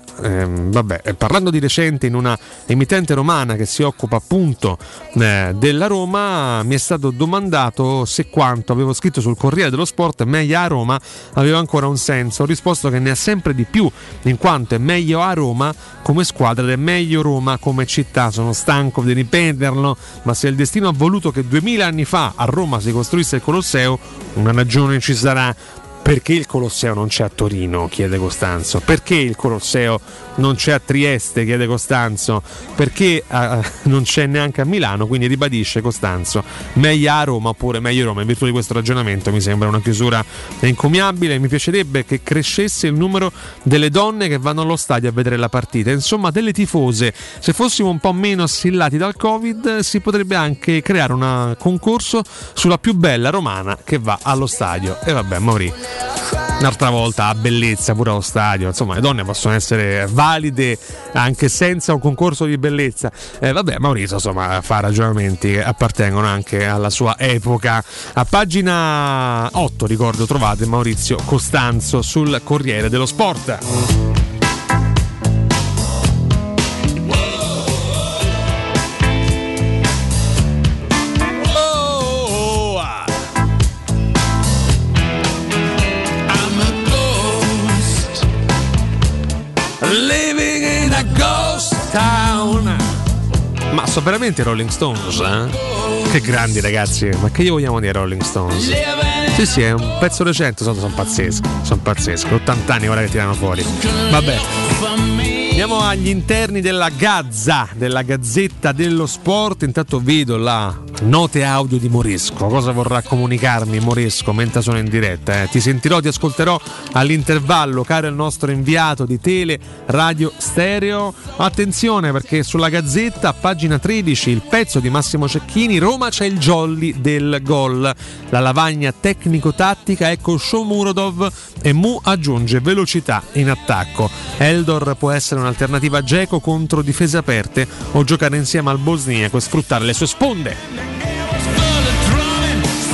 Parlando di recente, in una emittente romana che si occupa appunto della Roma, mi è stato domandato se quanto avevo scritto sul Corriere dello Sport, meglio a Roma, aveva ancora un senso. Ho risposto che ne ha sempre di più, in quanto è meglio a Roma come squadra ed è meglio Roma come città. Sono stanco di ripeterlo, ma se il destino ha voluto che 2000 anni fa a Roma si costruisse il Colosseo, una ragione ci sarà. Perché il Colosseo non c'è a Torino? Chiede Costanzo. Perché il Colosseo non c'è a Trieste? Chiede Costanzo. Perché non c'è neanche a Milano? Quindi ribadisce Costanzo, meglio a Roma oppure meglio Roma. In virtù di questo ragionamento mi sembra una chiusura encomiabile. Mi piacerebbe che crescesse il numero delle donne che vanno allo stadio a vedere la partita, insomma delle tifose. Se fossimo un po' meno assillati dal Covid, si potrebbe anche creare un concorso sulla più bella romana che va allo stadio. E vabbè, Mauri, un'altra volta a bellezza pure allo stadio, insomma le donne possono essere valide anche senza un concorso di bellezza. Maurizio insomma fa ragionamenti che appartengono anche alla sua epoca. A pagina 8, ricordo, trovate Maurizio Costanzo sul Corriere dello Sport. Living in a ghost town. Ma sono veramente Rolling Stones, eh? Che grandi ragazzi, ma che gli vogliamo dire Rolling Stones? Sì, è un pezzo recente, sono pazzeschi, 80 anni ora che tirano fuori. Vabbè, andiamo agli interni della Gazza, della Gazzetta dello Sport. Intanto vedo la note audio di Moresco. Cosa vorrà comunicarmi Moresco mentre sono in diretta? Ti sentirò, ti ascolterò all'intervallo, caro il nostro inviato di Tele Radio Stereo. Attenzione, perché sulla Gazzetta, a pagina 13, il pezzo di Massimo Cecchini: Roma c'è il jolly del gol, la lavagna tecnico-tattica, ecco Shomurodov, e Mu aggiunge velocità in attacco. Eldor può essere un'alternativa a Dzeko contro difese aperte o giocare insieme al bosniaco e sfruttare le sue sponde.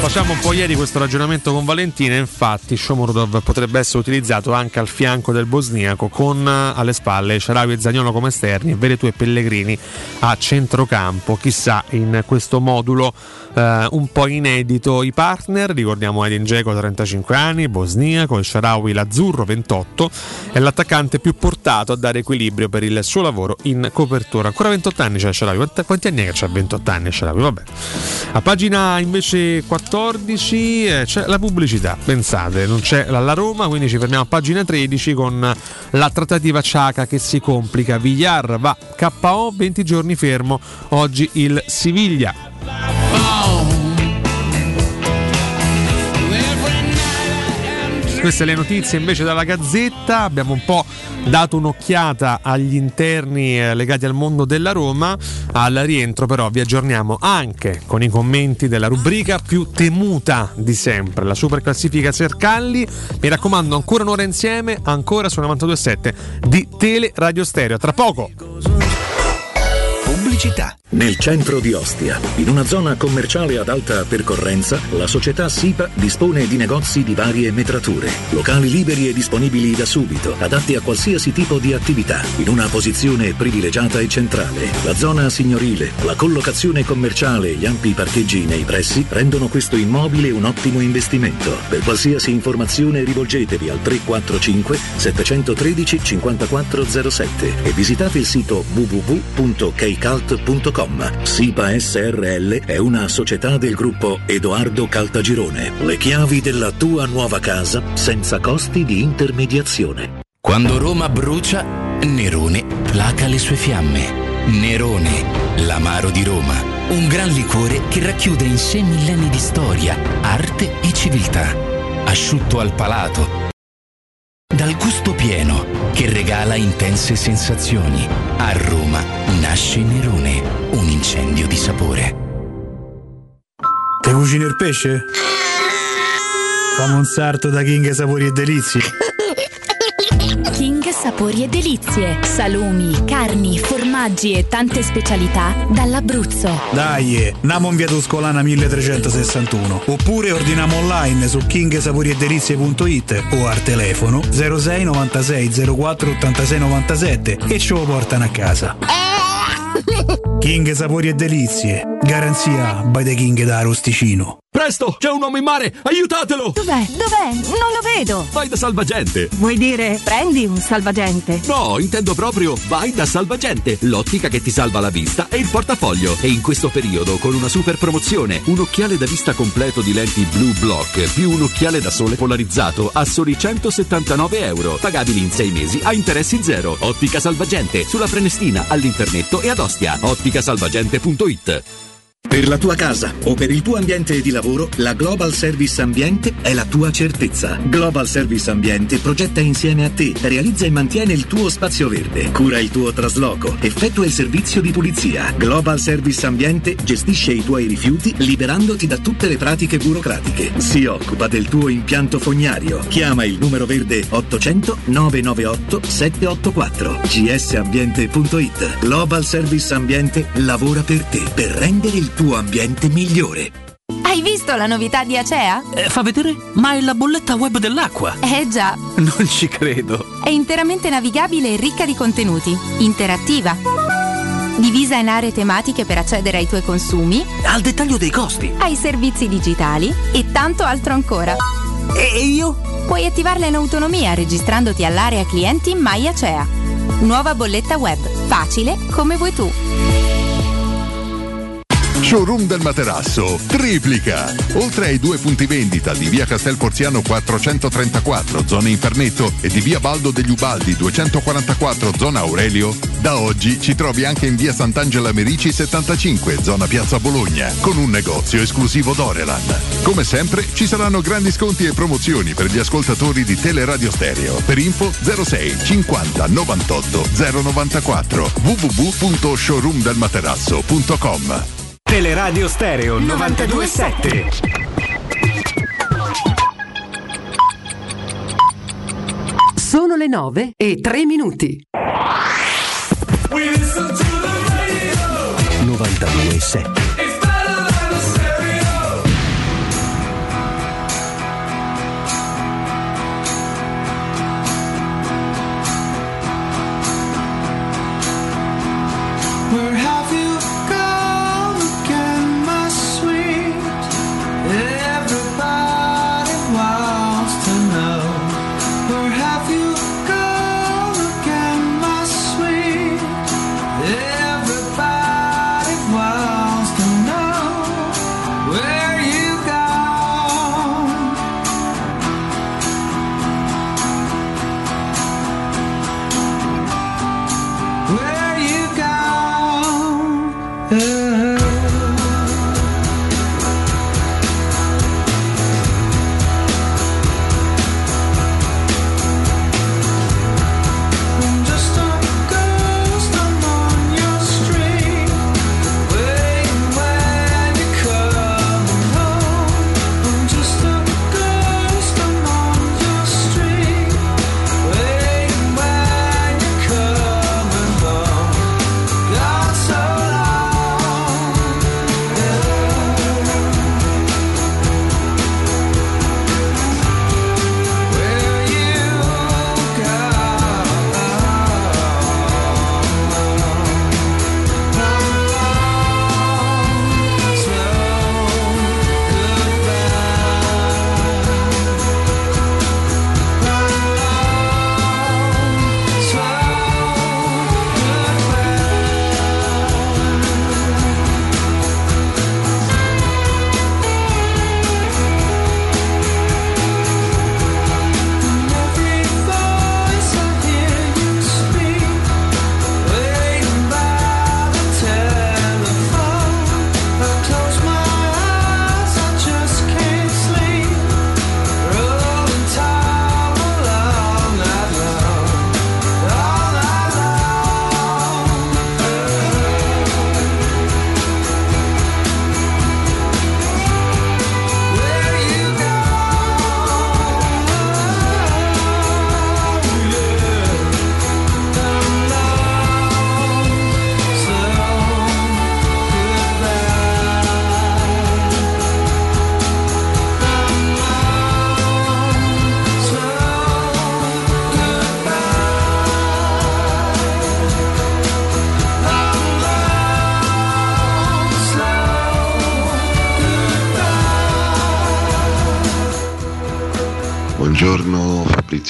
Facciamo un po' ieri questo ragionamento con Valentina, infatti Shomurodov potrebbe essere utilizzato anche al fianco del bosniaco, con alle spalle Shaarawy e Zaniolo come esterni e Veretout e Pellegrini a centrocampo. Chissà, in questo modulo un po' inedito i partner, ricordiamo Edin Dzeko 35 anni, bosniaco, il Shaarawy l'azzurro 28, è l'attaccante più portato a dare equilibrio per il suo lavoro in copertura. Ancora 28 anni c'è Shaarawy, quanti anni è che c'ha 28 anni Shaarawy? Vabbè. A pagina invece 14 c'è la pubblicità, pensate, non c'è la Roma, quindi ci fermiamo a pagina 13 con la trattativa Xhaka che si complica. Villar va KO, 20 giorni fermo oggi il Siviglia. Queste le notizie invece dalla Gazzetta. Abbiamo un po' dato un'occhiata agli interni legati al mondo della Roma. Al rientro però vi aggiorniamo anche con i commenti della rubrica più temuta di sempre, la super classifica Sercalli. Mi raccomando, ancora un'ora insieme, ancora su 92.7 di Tele Radio Stereo. Tra poco. Pubblicità. Nel centro di Ostia, in una zona commerciale ad alta percorrenza, la società SIPA dispone di negozi di varie metrature, locali liberi e disponibili da subito, adatti a qualsiasi tipo di attività, in una posizione privilegiata e centrale. La zona signorile, la collocazione commerciale e gli ampi parcheggi nei pressi rendono questo immobile un ottimo investimento. Per qualsiasi informazione rivolgetevi al 345 713 5407 e visitate il sito www.kcalt.com. SIPA SRL è una società del gruppo Edoardo Caltagirone. Le chiavi della tua nuova casa senza costi di intermediazione. Quando Roma brucia, Nerone placa le sue fiamme. Nerone, l'amaro di Roma. Un gran liquore che racchiude in sé millenni di storia, arte e civiltà. Asciutto al palato, dal gusto pieno che regala intense sensazioni. A Roma nasce Nerone, un incendio di sapore. Te cucini il pesce? Fammi un sarto da King Sapori e Delizie. King Sapori e Delizie. Salumi, carni, formaggi e tante specialità dall'Abruzzo. Dai, namo in via Tuscolana 1361. Oppure ordiniamo online su kingsaporiedelizie.it o al telefono 06 96 04 86 97 e ce lo portano a casa. King Sapori e Delizie. Garanzia by the King da Arosticino. Presto, c'è un uomo in mare, aiutatelo! Dov'è? Non lo vedo. Vai da Salvagente. Vuoi dire prendi un salvagente? No, intendo proprio vai da Salvagente, l'ottica che ti salva la vista e il portafoglio. E in questo periodo con una super promozione, un occhiale da vista completo di lenti Blue Block più un occhiale da sole polarizzato a soli €179, pagabili in 6 mesi a interessi zero. Ottica Salvagente, sulla Prenestina, all'Internetto e ad Ostia. otticasalvagente.it. Per la tua casa o per il tuo ambiente di lavoro, la Global Service Ambiente è la tua certezza. Global Service Ambiente progetta insieme a te, realizza e mantiene il tuo spazio verde, cura il tuo trasloco, effettua il servizio di pulizia. Global Service Ambiente gestisce i tuoi rifiuti liberandoti da tutte le pratiche burocratiche. Si occupa del tuo impianto fognario. Chiama il numero verde 800 998 784. gsambiente.it. Global Service Ambiente lavora per te, per rendere il tuo ambiente migliore. Hai visto la novità di Acea? Fa vedere? Ma è la bolletta web dell'acqua. Già. Non ci credo. È interamente navigabile e ricca di contenuti. Interattiva. Divisa in aree tematiche per accedere ai tuoi consumi. Al dettaglio dei costi. Ai servizi digitali e tanto altro ancora. E io? Puoi attivarla in autonomia registrandoti all'area clienti My Acea. Nuova bolletta web. Facile come vuoi tu. Showroom del Materasso triplica. Oltre ai 2 punti vendita di via Castel Porziano 434, zona Infernetto, e di via Baldo degli Ubaldi 244, zona Aurelio, da oggi ci trovi anche in via Sant'Angela Merici 75, zona Piazza Bologna, con un negozio esclusivo Dorelan. Come sempre ci saranno grandi sconti e promozioni per gli ascoltatori di Teleradio Stereo. Per info 06 50 98 094 www.showroomdelmaterasso.com. Teleradio Stereo 92.7. Sono le 9:03. 92.7.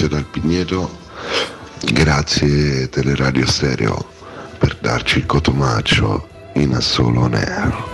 Maurizio dal Pigneto. Grazie Teleradio Stereo per darci il Cotomaccio in assolo nero.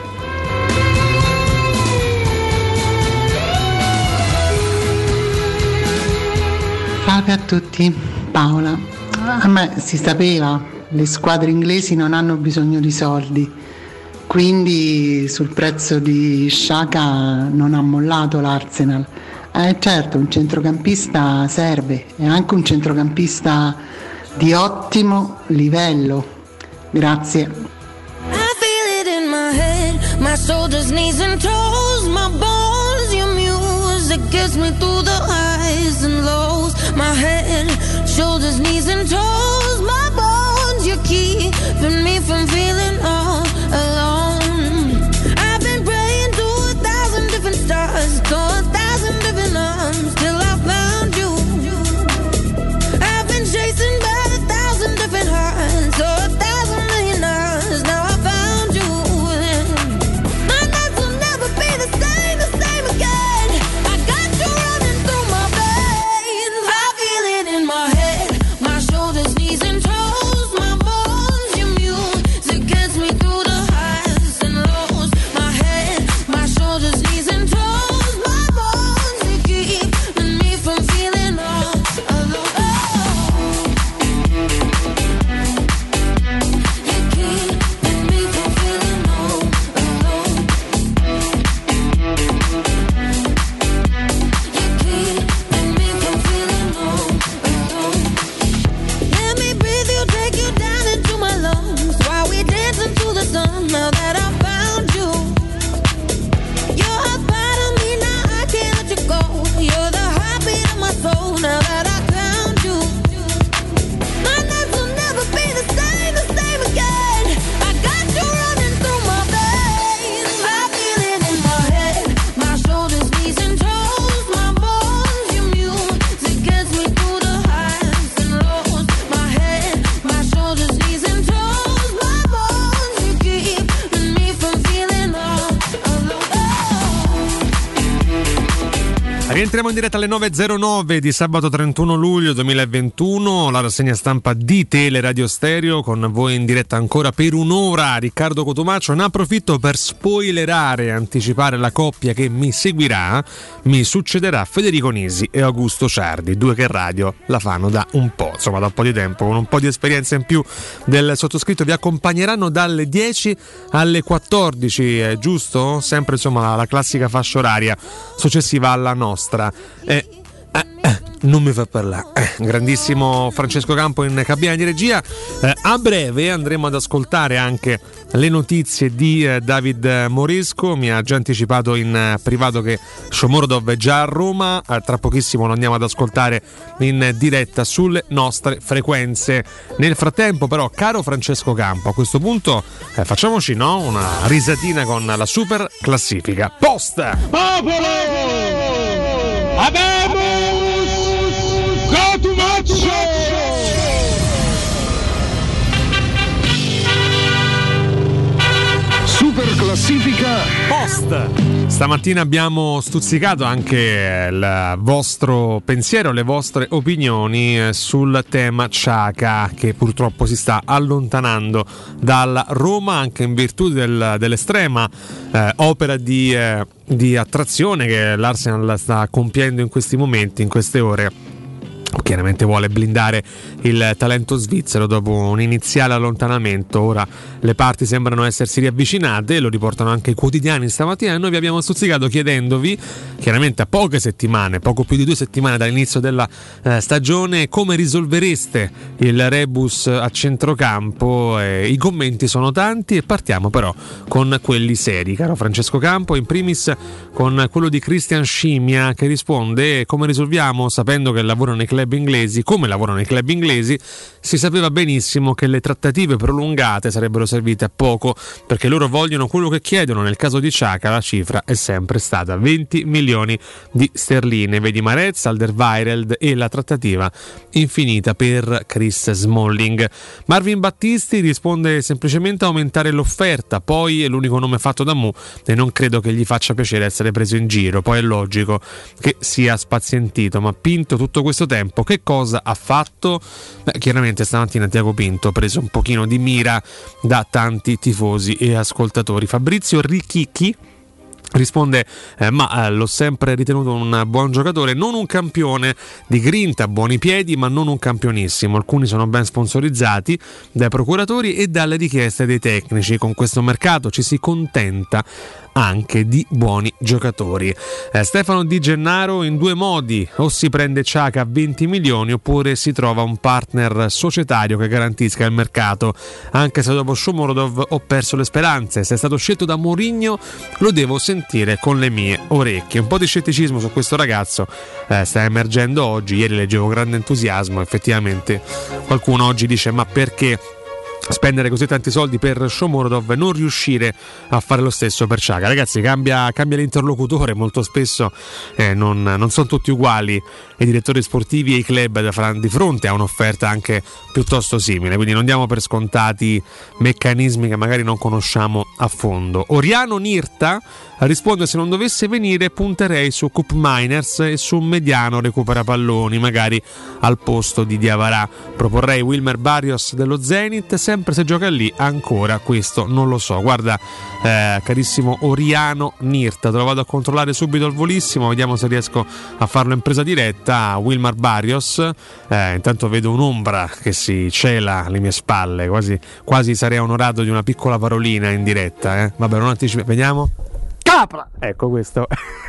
Salve a tutti, Paola. A me si sapeva, le squadre inglesi non hanno bisogno di soldi, quindi sul prezzo di Xhaka non ha mollato l'Arsenal. Certo, un centrocampista serve, e anche un centrocampista di ottimo livello. Grazie. I feel it in my head, my shoulders, knees and toes, my bones, your music gets me through the highs and lows. My head, shoulders, knees and toes, my bones, you're keeping me from feeling all alone. I've been praying to 1,000 different stars, to 1,000 different arms, till I found you. I've been chasing by 1,000 different hearts, so 1,000 million hours, now I found you. My nights will never be the same again. I got you running through my veins. I feel it in my head, my shoulders, knees and toes, my bones, your music gets me through the highs and lows. My head, my shoulders, knees and toes, my bones, you keeping me from feeling all alone. Let me breathe you, take you down into my lungs while we dance into the sun. Now that I found you, you're a part of me, now I can't let you go. You're the heartbeat of my soul. Now that I found you, my nights will never be the same again. I got you running through my veins. I feel it in my head, my shoulders, knees and toes, my bones, your music gets me through the highs and lows. My head, my shoulders, knees and toes, my bones, you keeping me from feeling all alone. Rientriamo in diretta alle 9.09 di sabato 31 luglio 2021, la rassegna stampa di Teleradio Stereo, con voi in diretta ancora per un'ora Riccardo Cotomaccio. Ne approfitto per spoilerare e anticipare la coppia che mi seguirà, mi succederà Federico Nisi e Augusto Ciardi, due che radio la fanno da un po', insomma da un po' di tempo, con un po' di esperienza in più del sottoscritto. Vi accompagneranno dalle 10 alle 14, giusto? Sempre insomma la classica fascia oraria successiva alla nostra. Non mi fa parlare. Grandissimo Francesco Campo in cabina di regia. A breve andremo ad ascoltare anche le notizie di David Moresco. Mi ha già anticipato in privato che Shomurodov è già a Roma. Tra pochissimo lo andiamo ad ascoltare in diretta sulle nostre frequenze. Nel frattempo però, caro Francesco Campo, a questo punto facciamoci una risatina con la super classifica. Post! Popolo! Abemus Cotumaccio! Super classifica post. Stamattina abbiamo stuzzicato anche il vostro pensiero, le vostre opinioni sul tema Xhaka, che purtroppo si sta allontanando dalla Roma anche in virtù dell'estrema opera di attrazione che l'Arsenal sta compiendo in questi momenti, in queste ore. Chiaramente vuole blindare il talento svizzero dopo un iniziale allontanamento. Ora le parti sembrano essersi riavvicinate, lo riportano anche i quotidiani stamattina, e noi vi abbiamo stuzzicato chiedendovi, chiaramente a poche settimane, poco più di 2 settimane dall'inizio della stagione, come risolvereste il rebus a centrocampo. I commenti sono tanti e partiamo però con quelli seri, caro Francesco Campo, in primis con quello di Christian Scimmia, che risponde: come risolviamo sapendo che lavorano nei club inglesi, come lavorano nei club inglesi? Si sapeva benissimo che le trattative prolungate sarebbero servite a poco, perché loro vogliono quello che chiedono. Nel caso di Xhaka la cifra è sempre stata 20 milioni di sterline. Vedi Mahrez, Alderweireld e la trattativa infinita per Chris Smalling. Marvin Battisti risponde semplicemente aumentare l'offerta, poi è l'unico nome fatto da Mu e non credo che gli faccia piacere essere preso in giro, poi è logico che sia spazientito, ma Pinto tutto questo tempo tempo. Che cosa ha fatto? Chiaramente stamattina Tiago Pinto ha preso un pochino di mira da tanti tifosi e ascoltatori. Fabrizio Ricchichi risponde l'ho sempre ritenuto un buon giocatore, non un campione, di grinta, buoni piedi, ma non un campionissimo. Alcuni sono ben sponsorizzati dai procuratori e dalle richieste dei tecnici. Con questo mercato ci si contenta anche di buoni giocatori. Stefano Di Gennaro: in due modi, o si prende Xhaka a 20 milioni oppure si trova un partner societario che garantisca il mercato, anche se dopo Shomurodov ho perso le speranze. Se è stato scelto da Mourinho lo devo sentire con le mie orecchie. Un po' di scetticismo su questo ragazzo sta emergendo oggi. Ieri leggevo grande entusiasmo, effettivamente qualcuno oggi dice: ma perché spendere così tanti soldi per Shomurodov e non riuscire a fare lo stesso per Xhaka? Ragazzi, cambia l'interlocutore, molto spesso non sono tutti uguali i direttori sportivi e i club di fronte a un'offerta anche piuttosto simile, quindi non diamo per scontati meccanismi che magari non conosciamo a fondo. Oriano Nirta risponde: se non dovesse venire punterei su Cup Miners e su un mediano recupera palloni, magari al posto di Diawara. Proporrei Wilmer Barrios dello Zenit, sempre se gioca lì, ancora questo non lo so. Guarda, carissimo Oriano Nirta, te lo vado a controllare subito al volissimo, vediamo se riesco a farlo in presa diretta. Wilmer Barrios, intanto vedo un'ombra che si cela alle mie spalle, quasi sarei onorato di una piccola parolina in diretta, vabbè, non anticipo, vediamo. Capra! Ecco, questo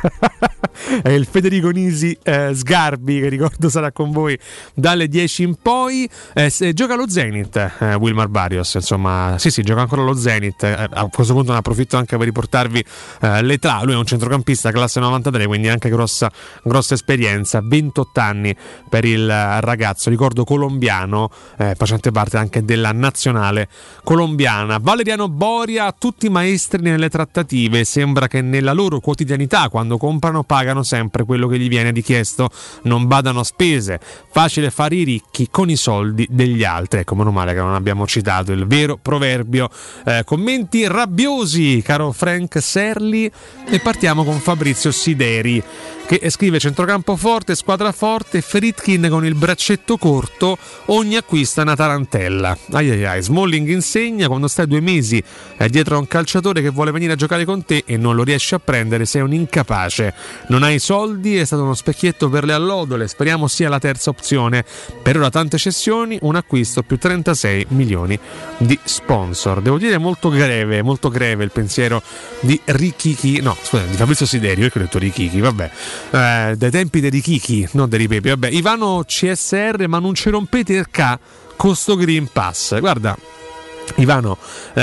è il Federico Nisi Sgarbi, che ricordo sarà con voi dalle 10 in poi. Gioca allo Zenit Wilmar Barrios, insomma, sì, gioca ancora allo Zenit. A questo punto ne approfitto anche per riportarvi l'età. Lui è un centrocampista classe 93, quindi anche grossa esperienza, 28 anni per il ragazzo, ricordo colombiano, facente parte anche della nazionale colombiana. Valeriano Boria: tutti maestri nelle trattative, sembra che nella loro quotidianità, quando comprano, pagano sempre quello che gli viene richiesto, non badano a spese, facile fare i ricchi con i soldi degli altri. Ecco, meno male che non abbiamo citato il vero proverbio. Commenti rabbiosi, caro Frank Serli, e partiamo con Fabrizio Sideri, che scrive: centrocampo forte, squadra forte, Fritkin con il braccetto corto, ogni acquisto è una tarantella. Smalling insegna: quando stai 2 mesi dietro a un calciatore che vuole venire a giocare con te e non lo riesci a prendere, sei un incapace, non hai soldi, è stato uno specchietto per le allodole, speriamo sia la terza opzione. Per ora tante cessioni, un acquisto più 36 milioni di sponsor. Devo dire molto greve il pensiero di Ricchichi, no scusa, di Fabrizio Sideri, io ho detto Ricchichi, vabbè, dai tempi dei Ricchichi, non dei Ripepi, vabbè. Ivano CSR: ma non ci rompete il ca con sto Green Pass. Guarda Ivano,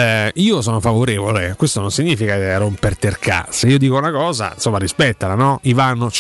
io sono favorevole, questo non significa romperti il ca, se io dico una cosa, insomma, rispettala, no? Ivano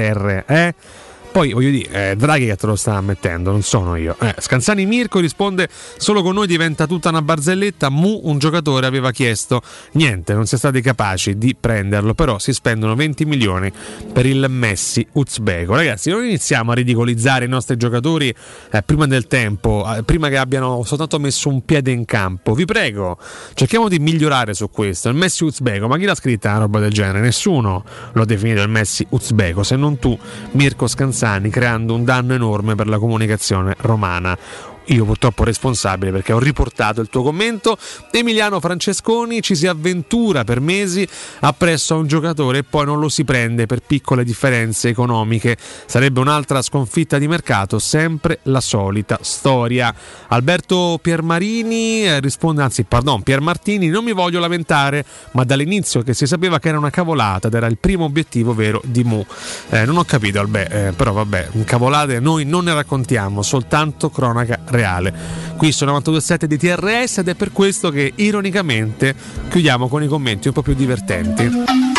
CSR, Poi voglio dire, Draghi che te lo sta ammettendo, non sono io. Scanzani Mirko risponde: solo con noi diventa tutta una barzelletta. Un giocatore aveva chiesto niente, non si è stati capaci di prenderlo, però si spendono 20 milioni per il Messi uzbeko. Ragazzi, non iniziamo a ridicolizzare i nostri giocatori prima del tempo, prima che abbiano soltanto messo un piede in campo. Vi prego, cerchiamo di migliorare su questo. Il Messi uzbeko, ma chi l'ha scritta una roba del genere? Nessuno lo ha definito il Messi uzbeko, se non tu, Mirko Scanzani, creando un danno enorme per la comunicazione romana. Io purtroppo responsabile perché ho riportato il tuo commento. Emiliano Francesconi: ci si avventura per mesi appresso a un giocatore e poi non lo si prende per piccole differenze economiche, sarebbe un'altra sconfitta di mercato, sempre la storia. Alberto Piermartini risponde, Piermartini: non mi voglio lamentare, ma dall'inizio che si sapeva che era una cavolata ed era il primo obiettivo vero di Mu. Non ho capito, però vabbè, cavolate noi non ne raccontiamo, soltanto cronaca reale. Qui su 92.7 di TRS, ed è per questo che ironicamente chiudiamo con i commenti un po' più divertenti.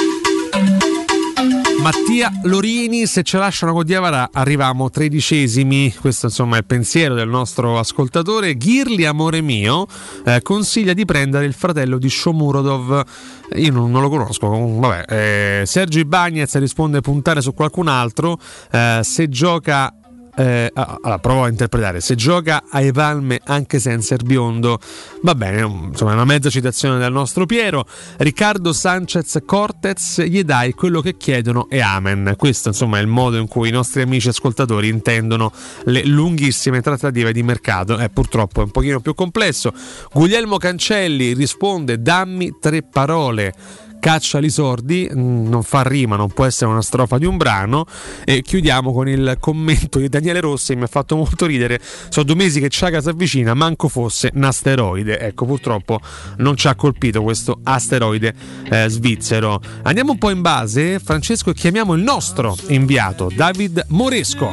Mattia Lorini: se ce lasciano con Diawara arriviamo 13esimi. Questo insomma è il pensiero del nostro ascoltatore. Ghirli, amore mio, consiglia di prendere il fratello di Shomurodov. Io non lo conosco, vabbè. Sergio Ibañez risponde: puntare su qualcun altro, se gioca allora provo a interpretare: se gioca ai palme anche senza il biondo, va bene, insomma, è una mezza citazione del nostro Piero. Riccardo Sanchez Cortez: gli dai quello che chiedono e amen. Questo insomma è il modo in cui i nostri amici ascoltatori intendono le lunghissime trattative di mercato. Purtroppo è un pochino più complesso. Guglielmo Cancelli risponde: dammi 3 parole. Cacciali sordi, non fa rima, non può essere una strofa di un brano. E chiudiamo con il commento di Daniele Rossi, mi ha fatto molto ridere: sono 2 mesi che Xhaka si avvicina, manco fosse un asteroide. Ecco, purtroppo non ci ha colpito questo asteroide svizzero. Andiamo un po' in base, Francesco, e chiamiamo il nostro inviato David Moresco.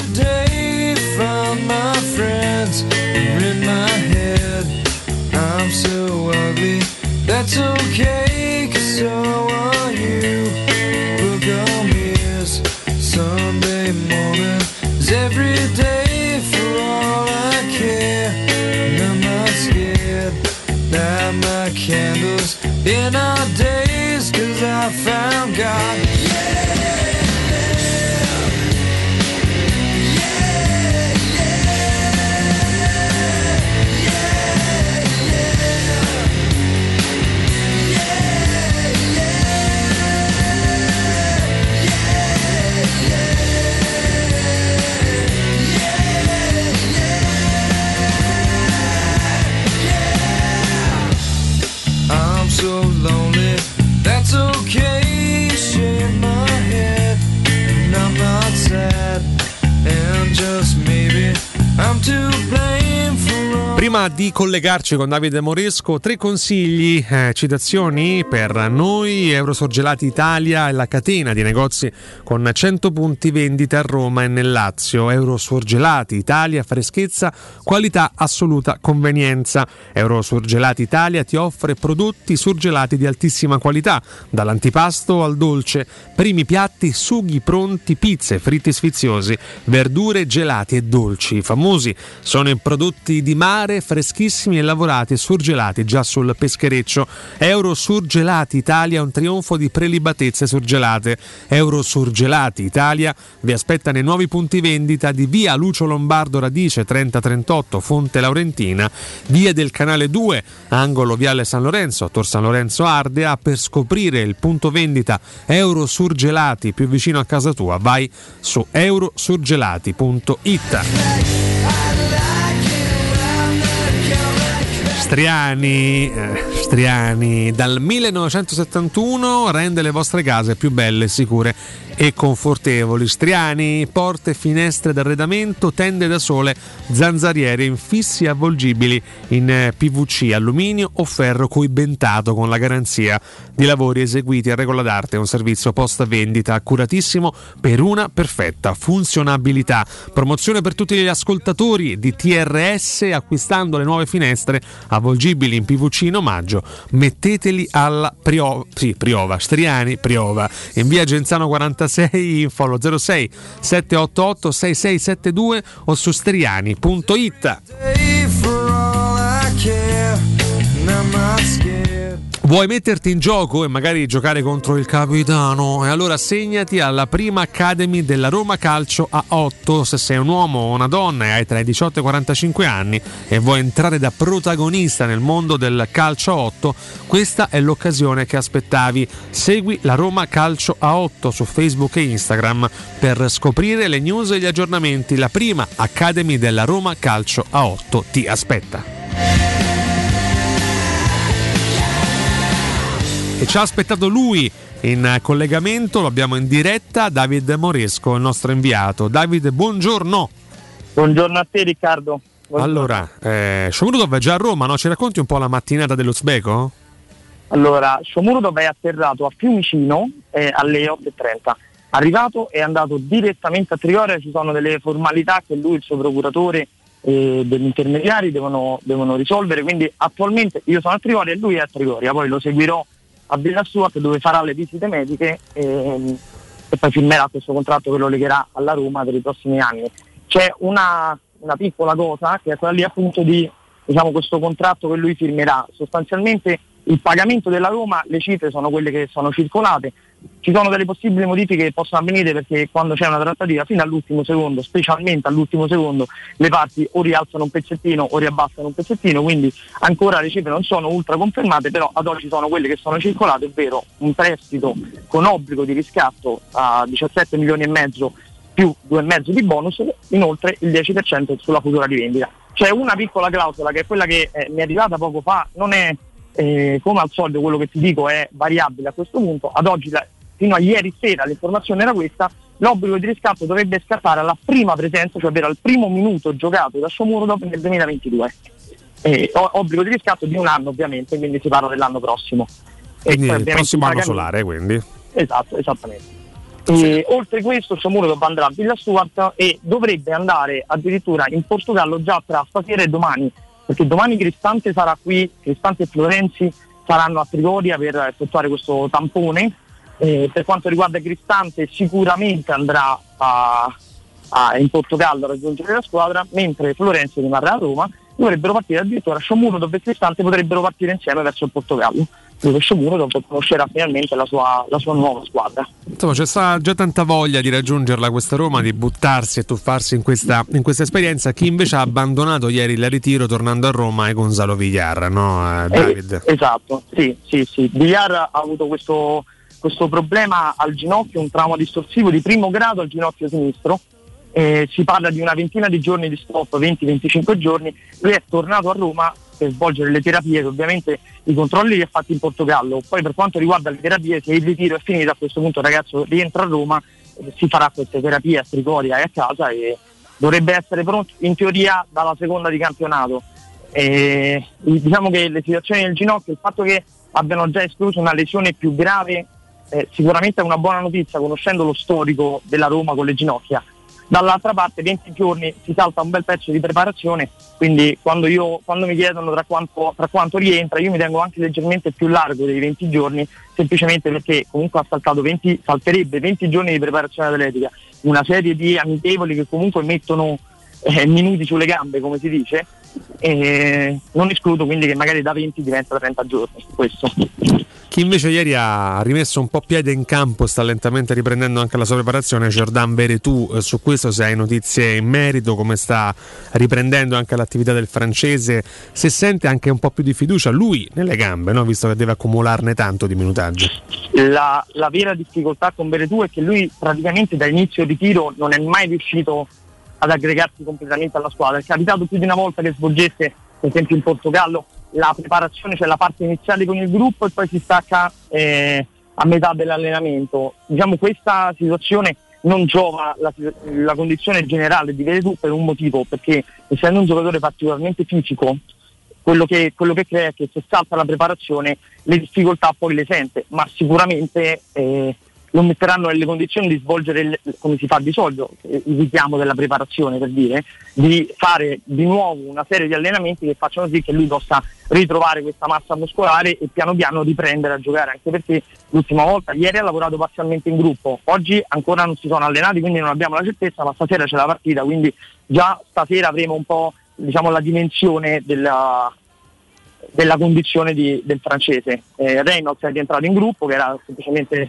That's okay, 'cause so are you. Look on mirrors, Sunday morning is every day for all I care. And I'm not scared, light my candles in our days, 'cause I found God. So lonely, that's okay, shake my head, and I'm not sad, and just maybe I'm to blame for all. Prima di collegarci con Davide Moresco, 3 consigli, citazioni per noi. Eurosurgelati Italia è la catena di negozi con 100 punti vendita a Roma e nel Lazio. Eurosurgelati Italia, freschezza, qualità, assoluta convenienza. Eurosurgelati Italia ti offre prodotti surgelati di altissima qualità, dall'antipasto al dolce, primi piatti, sughi pronti, pizze, fritti sfiziosi, verdure, gelati e dolci. Famosi sono i prodotti di mare, freschissimi e lavorati e surgelati già sul peschereccio. Eurosurgelati Italia, un trionfo di prelibatezze surgelate. Eurosurgelati Italia vi aspetta nei nuovi punti vendita di via Lucio Lombardo Radice 3038 Fonte Laurentina, via del Canale 2 angolo viale San Lorenzo, Tor San Lorenzo Ardea. Per scoprire il punto vendita Eurosurgelati più vicino a casa tua vai su eurosurgelati.it. Striani dal 1971 rende le vostre case più belle, sicure e confortevoli. Striani, porte, finestre d'arredamento, tende da sole, zanzariere, infissi avvolgibili in PVC, alluminio o ferro coibentato con la garanzia di lavori eseguiti a regola d'arte. Un servizio post vendita accuratissimo per una perfetta funzionabilità. Promozione per tutti gli ascoltatori di TRS: acquistando le nuove finestre avvolgibili in PVC in omaggio, metteteli alla Priova. Striani Priova in via Genzano 46, info allo 06 788 6672 o su striani.it. Vuoi metterti in gioco e magari giocare contro il capitano? E allora segnati alla prima Academy della Roma Calcio a 8. Se sei un uomo o una donna e hai tra i 18 e i 45 anni e vuoi entrare da protagonista nel mondo del calcio a 8, questa è l'occasione che aspettavi. Segui la Roma Calcio a 8 su Facebook e Instagram per scoprire le news e gli aggiornamenti. La prima Academy della Roma Calcio a 8 ti aspetta. E ci ha aspettato lui in collegamento, lo abbiamo in diretta, David Moresco, il nostro inviato. David, buongiorno. Buongiorno a te, Riccardo. Buongiorno. Allora, Shomurodov è già a Roma, no? Ci racconti un po' la mattinata dell'Uzbeko? Allora, Shomurodov è atterrato a Fiumicino alle 8:30. Arrivato è andato direttamente a Trigoria. Ci sono delle formalità che lui e il suo procuratore degli intermediari devono risolvere, quindi attualmente io sono a Trigoria e lui è a Trigoria, poi lo seguirò a Villa Stuart dove farà le visite mediche e poi firmerà questo contratto che lo legherà alla Roma per i prossimi anni. C'è una piccola cosa che è quella lì appunto di questo contratto che lui firmerà. Sostanzialmente il pagamento della Roma, le cifre sono quelle che sono circolate, ci sono delle possibili modifiche che possono avvenire, perché quando c'è una trattativa fino all'ultimo secondo, specialmente all'ultimo secondo, le parti o rialzano un pezzettino o riabbassano un pezzettino, quindi ancora le cifre non sono ultra confermate, però ad oggi sono quelle che sono circolate, ovvero un prestito con obbligo di riscatto a 17 milioni e mezzo più 2,5 di bonus, inoltre il 10% sulla futura rivendita. C'è una piccola clausola che è quella che mi è arrivata poco fa, non è come al solito quello che ti dico è variabile a questo punto, ad oggi fino a ieri sera l'informazione era questa: l'obbligo di riscatto dovrebbe scattare alla prima presenza, cioè ovvero al primo minuto giocato da Shomurodov nel 2022. Obbligo di riscatto di un anno ovviamente, quindi si parla dell'anno prossimo. Quindi il prossimo anno solare, quindi. Esatto, esattamente. Oltre questo Shomurodov andrà a Villa Stuart e dovrebbe andare addirittura in Portogallo già tra stasera e domani, perché domani Cristante sarà qui, Cristante e Florenzi saranno a Trigoria per effettuare questo tampone. Per quanto riguarda Cristante sicuramente andrà in Portogallo a raggiungere la squadra, mentre Florenzi rimarrà a Roma. Dovrebbero partire addirittura Shomurodov e Cristante potrebbero partire insieme verso il Portogallo, dove Shomurodov conoscerà finalmente la sua nuova squadra. Insomma, c'è stata già tanta voglia di raggiungerla questa Roma, di buttarsi e tuffarsi in questa esperienza. Chi invece ha abbandonato ieri il ritiro tornando a Roma è Gonzalo Villar, no David? Esatto, sì. Villar ha avuto questo problema al ginocchio, un trauma distorsivo di primo grado al ginocchio sinistro. Si parla di una ventina di giorni di stop, 20-25 giorni. Lui è tornato a Roma per svolgere le terapie, che ovviamente i controlli li ha fatti in Portogallo. Poi per quanto riguarda le terapie, se il ritiro è finito, a questo punto il ragazzo rientra a Roma, si farà queste terapie a Trigoria e a casa e dovrebbe essere pronto in teoria dalla seconda di campionato. Diciamo che le situazioni del ginocchio, il fatto che abbiano già escluso una lesione più grave, sicuramente è una buona notizia, conoscendo lo storico della Roma con le ginocchia. Dall'altra parte 20 giorni si salta un bel pezzo di preparazione, quindi quando mi chiedono tra quanto rientra, io mi tengo anche leggermente più largo dei 20 giorni, semplicemente perché comunque salterebbe 20 giorni di preparazione atletica, una serie di amichevoli che comunque mettono minuti sulle gambe, come si dice, e non escludo quindi che magari da 20 diventa 30 giorni questo. Chi invece ieri ha rimesso un po' piede in campo, sta lentamente riprendendo anche la sua preparazione, Jordan Veretout. Su questo, se hai notizie in merito, come sta riprendendo anche l'attività del francese, se sente anche un po' più di fiducia lui nelle gambe, no? Visto che deve accumularne tanto di minutaggio. La vera difficoltà con Veretout è che lui praticamente da inizio ritiro non è mai riuscito ad aggregarsi completamente alla squadra. È capitato più di una volta che svolgesse, per esempio in Portogallo, la preparazione, cioè la parte iniziale con il gruppo, e poi si stacca a metà dell'allenamento. Diciamo, questa situazione non giova la condizione generale di Veretout per un motivo, perché essendo un giocatore particolarmente fisico, quello che crea è che se salta la preparazione le difficoltà poi le sente, ma sicuramente lo metteranno nelle condizioni di svolgere come si fa di solito, il richiamo della preparazione, per dire, di fare di nuovo una serie di allenamenti che facciano sì che lui possa ritrovare questa massa muscolare e piano piano riprendere a giocare, anche perché l'ultima volta, ieri ha lavorato parzialmente in gruppo, oggi ancora non si sono allenati, quindi non abbiamo la certezza, ma stasera c'è la partita, quindi già stasera avremo un po', diciamo, la dimensione della condizione del francese. Reynolds è rientrato in gruppo, che era semplicemente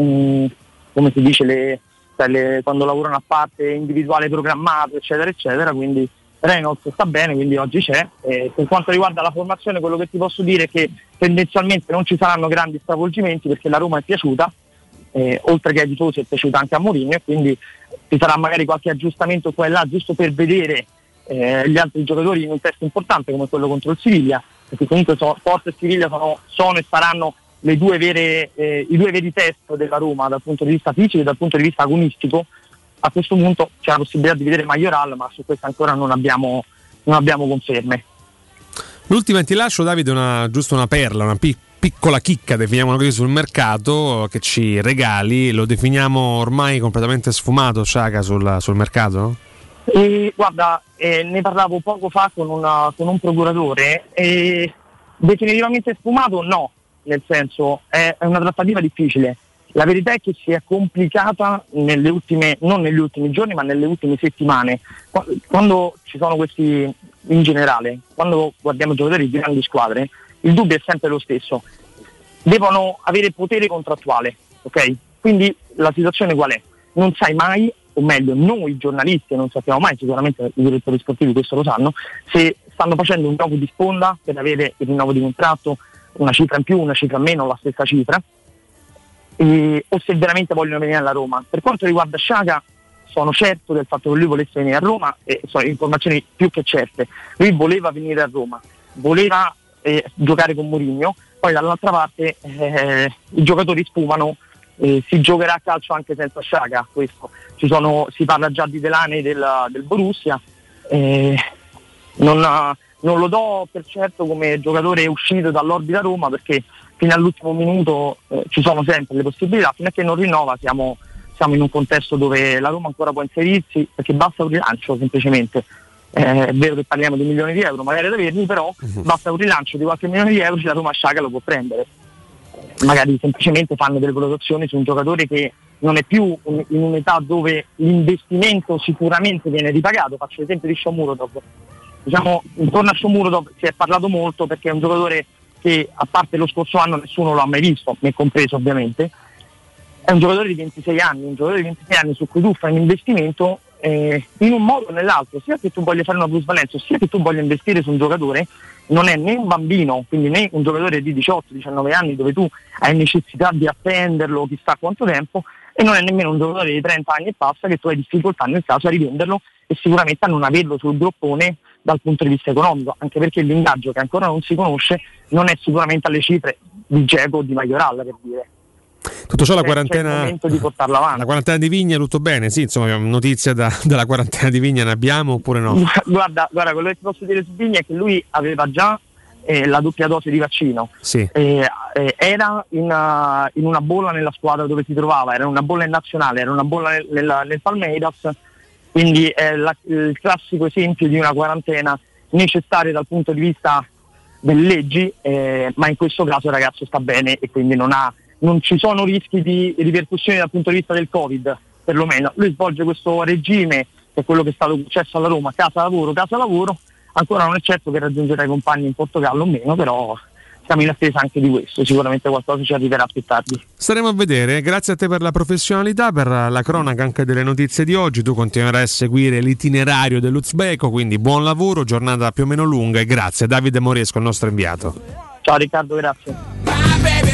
come si dice quando lavorano a parte, individuale programmato, eccetera eccetera, quindi Reynolds sta bene, quindi oggi c'è. Per quanto riguarda la formazione, quello che ti posso dire è che tendenzialmente non ci saranno grandi stravolgimenti, perché la Roma è piaciuta, oltre che ai tifosi è piaciuta anche a Mourinho, e quindi ci sarà magari qualche aggiustamento qua e là, giusto per vedere gli altri giocatori in un test importante come quello contro il Siviglia, perché comunque Sport e Siviglia sono e saranno i due veri test della Roma dal punto di vista fisico e dal punto di vista agonistico. A questo punto c'è la possibilità di vedere Majoral, ma su questo ancora non abbiamo conferme. L'ultima ti lascio, Davide, giusto una perla, una piccola chicca, definiamola così, sul mercato, che ci regali. Lo definiamo ormai completamente sfumato, Sciaca, sul mercato? Guarda, ne parlavo poco fa con un procuratore, definitivamente sfumato no, nel senso è una trattativa difficile. La verità è che si è complicata non negli ultimi giorni, ma nelle ultime settimane, quando ci sono questi, in generale, quando guardiamo giocatori di grandi squadre, il dubbio è sempre lo stesso: devono avere potere contrattuale, ok? Quindi la situazione qual è? Non sai mai, o meglio noi giornalisti non sappiamo mai, sicuramente i direttori sportivi questo lo sanno, se stanno facendo un gioco di sponda per avere il rinnovo di contratto, una cifra in più, una cifra in meno, la stessa cifra, o se veramente vogliono venire alla Roma. Per quanto riguarda Sciaga, sono certo del fatto che lui volesse venire a Roma, e sono informazioni più che certe. Lui voleva venire a Roma, voleva giocare con Mourinho, poi dall'altra parte i giocatori sfumano, si giocherà a calcio anche senza Sciaga, questo. Si parla già di Delaney del Borussia, non lo do per certo come giocatore uscito dall'orbita Roma, perché fino all'ultimo minuto ci sono sempre le possibilità, fino a che non rinnova siamo in un contesto dove la Roma ancora può inserirsi, perché basta un rilancio semplicemente. È vero che parliamo di milioni di euro, magari ad averli, però basta un rilancio di qualche milione di euro, la Roma Sciaga lo può prendere. Magari semplicemente fanno delle valutazioni su un giocatore che non è più in un'età dove l'investimento sicuramente viene ripagato. Faccio l'esempio di Shomurodov. Diciamo, intorno a Shomurodov si è parlato molto perché è un giocatore che, a parte lo scorso anno, nessuno lo ha mai visto, me compreso ovviamente. È un giocatore di 26 anni su cui tu fai un investimento in un modo o nell'altro, sia che tu voglia fare una plusvalenza, sia che tu voglia investire su un giocatore. Non è né un bambino, quindi né un giocatore di 18-19 anni dove tu hai necessità di attenderlo chissà quanto tempo, e non è nemmeno un giocatore di 30 anni e passa che tu hai difficoltà nel caso a rivenderlo e sicuramente a non averlo sul groppone dal punto di vista economico, anche perché l'ingaggio, che ancora non si conosce, non è sicuramente alle cifre di Dzeko o di Majoral, per dire. Tutto ciò, la quarantena, c'è il momento di portarlo avanti. La quarantena di Vigna, tutto bene? Sì, insomma, notizia della quarantena di Vigna ne abbiamo oppure no? Guarda, quello che ti posso dire su Vigna è che lui aveva già la doppia dose di vaccino. Sì. Era in una bolla nella squadra dove si trovava, era una bolla in nazionale, era una bolla nel Palmeiras, quindi è il classico esempio di una quarantena necessaria dal punto di vista delle leggi, ma in questo caso il ragazzo sta bene e quindi non ci sono rischi di ripercussioni dal punto di vista del Covid, perlomeno. Lui svolge questo regime, che è quello che è stato successo alla Roma, casa lavoro, ancora non è certo che raggiungerà i compagni in Portogallo o meno, però siamo in attesa anche di questo, sicuramente qualcosa ci arriverà più tardi. Staremo a vedere. Grazie a te per la professionalità, per la cronaca anche delle notizie di oggi. Tu continuerai a seguire l'itinerario dell'Uzbeko, quindi buon lavoro, giornata più o meno lunga, e grazie. Davide Moresco, il nostro inviato. Ciao Riccardo, grazie.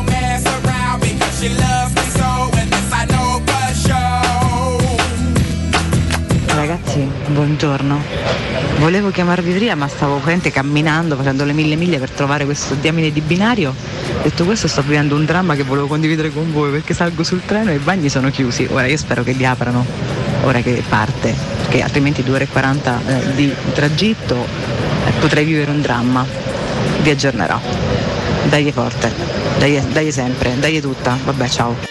Ragazzi, buongiorno. Volevo chiamarvi prima, ma stavo camminando, facendo le 1000 miglia per trovare questo diamine di binario. Detto questo, sto vivendo un dramma che volevo condividere con voi, perché salgo sul treno e i bagni sono chiusi. Ora io spero che li aprano ora che parte, perché altrimenti 2 ore e 40 di tragitto, potrei vivere un dramma. Vi aggiornerò. Dai forte, dai sempre, dai tutta. Vabbè, ciao.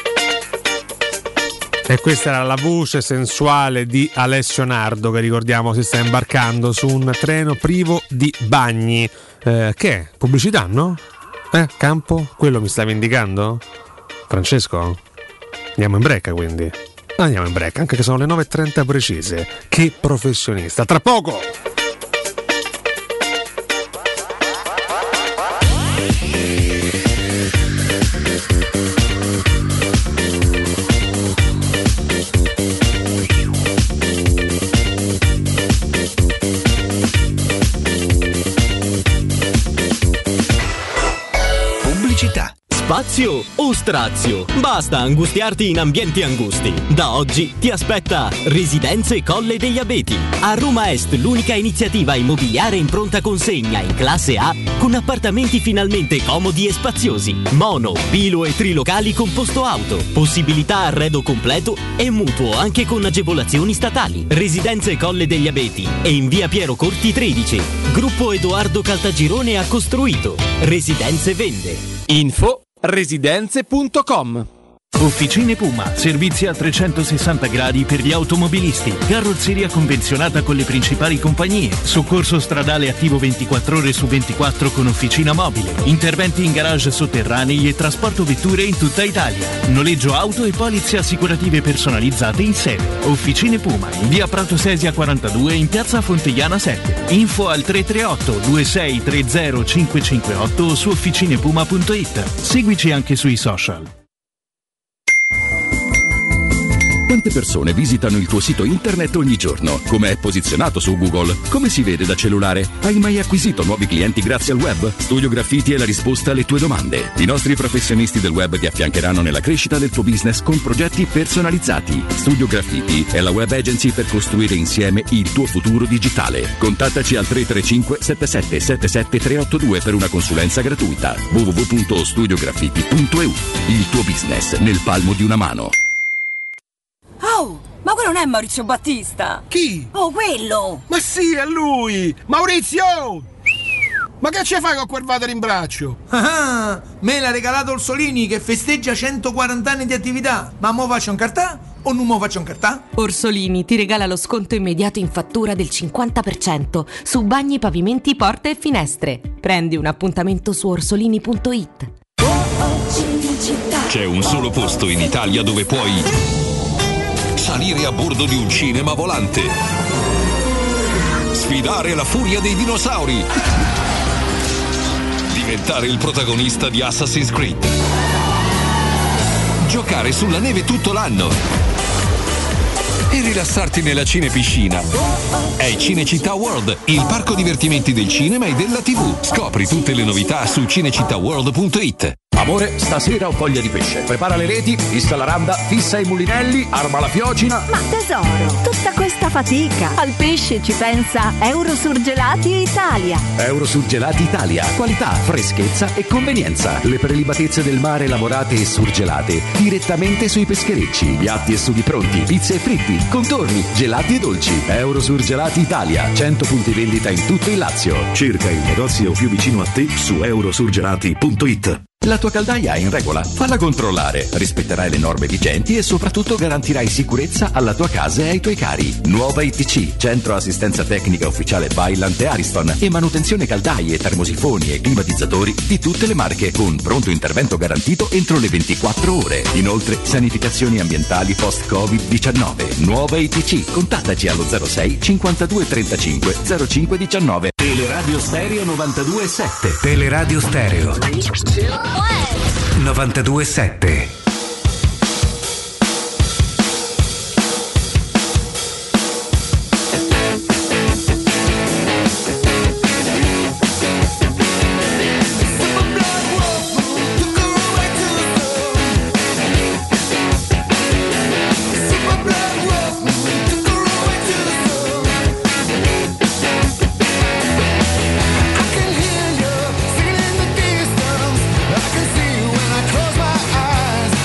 E questa era la voce sensuale di Alessio Nardo, che ricordiamo si sta imbarcando su un treno privo di bagni. Che è? Pubblicità, no? Campo? Quello mi stavi indicando? Francesco? Andiamo in break, quindi. Andiamo in break, anche che sono le 9:30 precise. Che professionista. Tra poco! Spazio o strazio? Basta angustiarti in ambienti angusti. Da oggi ti aspetta Residenze Colle degli Abeti. A Roma Est, l'unica iniziativa immobiliare in pronta consegna in classe A, con appartamenti finalmente comodi e spaziosi, mono, bilo e trilocali con posto auto, possibilità arredo completo e mutuo anche con agevolazioni statali. Residenze Colle degli Abeti e in via Piero Corti 13. Gruppo Edoardo Caltagirone ha costruito. Residenze vende. Info residenze.com. Officine Puma, servizi a 360 gradi per gli automobilisti, carrozzeria convenzionata con le principali compagnie, soccorso stradale attivo 24 ore su 24 con officina mobile, interventi in garage sotterranei e trasporto vetture in tutta Italia, noleggio auto e polizze assicurative personalizzate in sede. Officine Puma, in via Prato Sesia 42 in piazza Fontegliana 7. Info al 338 2630 558 o su officinepuma.it. Seguici anche sui social. Quante persone visitano il tuo sito internet ogni giorno? Come è posizionato su Google? Come si vede da cellulare? Hai mai acquisito nuovi clienti grazie al web? Studio Graffiti è la risposta alle tue domande. I nostri professionisti del web ti affiancheranno nella crescita del tuo business con progetti personalizzati. Studio Graffiti è la web agency per costruire insieme il tuo futuro digitale. Contattaci al 335 77 77 382 per una consulenza gratuita. www.studiograffiti.eu. Il tuo business nel palmo di una mano. Oh, ma quello non è Maurizio Battista? Chi? Oh, quello! Ma sì, è lui! Maurizio! Ma che ci fai con quel water in braccio? Ah, me l'ha regalato Orsolini che festeggia 140 anni di attività. Ma mo faccio un cartà o non mo faccio un cartà? Orsolini ti regala lo sconto immediato in fattura del 50% su bagni, pavimenti, porte e finestre. Prendi un appuntamento su orsolini.it. C'è un solo posto in Italia dove puoi salire a bordo di un cinema volante, sfidare la furia dei dinosauri, diventare il protagonista di Assassin's Creed, giocare sulla neve tutto l'anno e rilassarti nella cinepiscina. È Cinecittà World, il parco divertimenti del cinema e della TV. Scopri tutte le novità su cinecittàworld.it. Amore, stasera ho voglia di pesce. Prepara le reti, fissa la randa, fissa i mulinelli, arma la fiocina. Ma tesoro, tutta questa fatica. Al pesce ci pensa Eurosurgelati Italia. Eurosurgelati Italia. Qualità, freschezza e convenienza. Le prelibatezze del mare lavorate e surgelate direttamente sui pescherecci. Piatti e sughi pronti, pizze e fritti, contorni, gelati e dolci. Eurosurgelati Italia. 100 punti vendita in tutto il Lazio. Cerca il negozio più vicino a te su eurosurgelati.it. La tua caldaia è in regola? Falla controllare. Rispetterai le norme vigenti e soprattutto garantirai sicurezza alla tua casa e ai tuoi cari. Nuova ITC, centro assistenza tecnica ufficiale Vaillant e Ariston e manutenzione caldaie, termosifoni e climatizzatori di tutte le marche con pronto intervento garantito entro le 24 ore. Inoltre, sanificazioni ambientali post-Covid-19. Nuova ITC, contattaci allo 06 52 35 05 19. Teleradio Stereo 92.7. Teleradio Stereo 92.7. I can see when I close my eyes.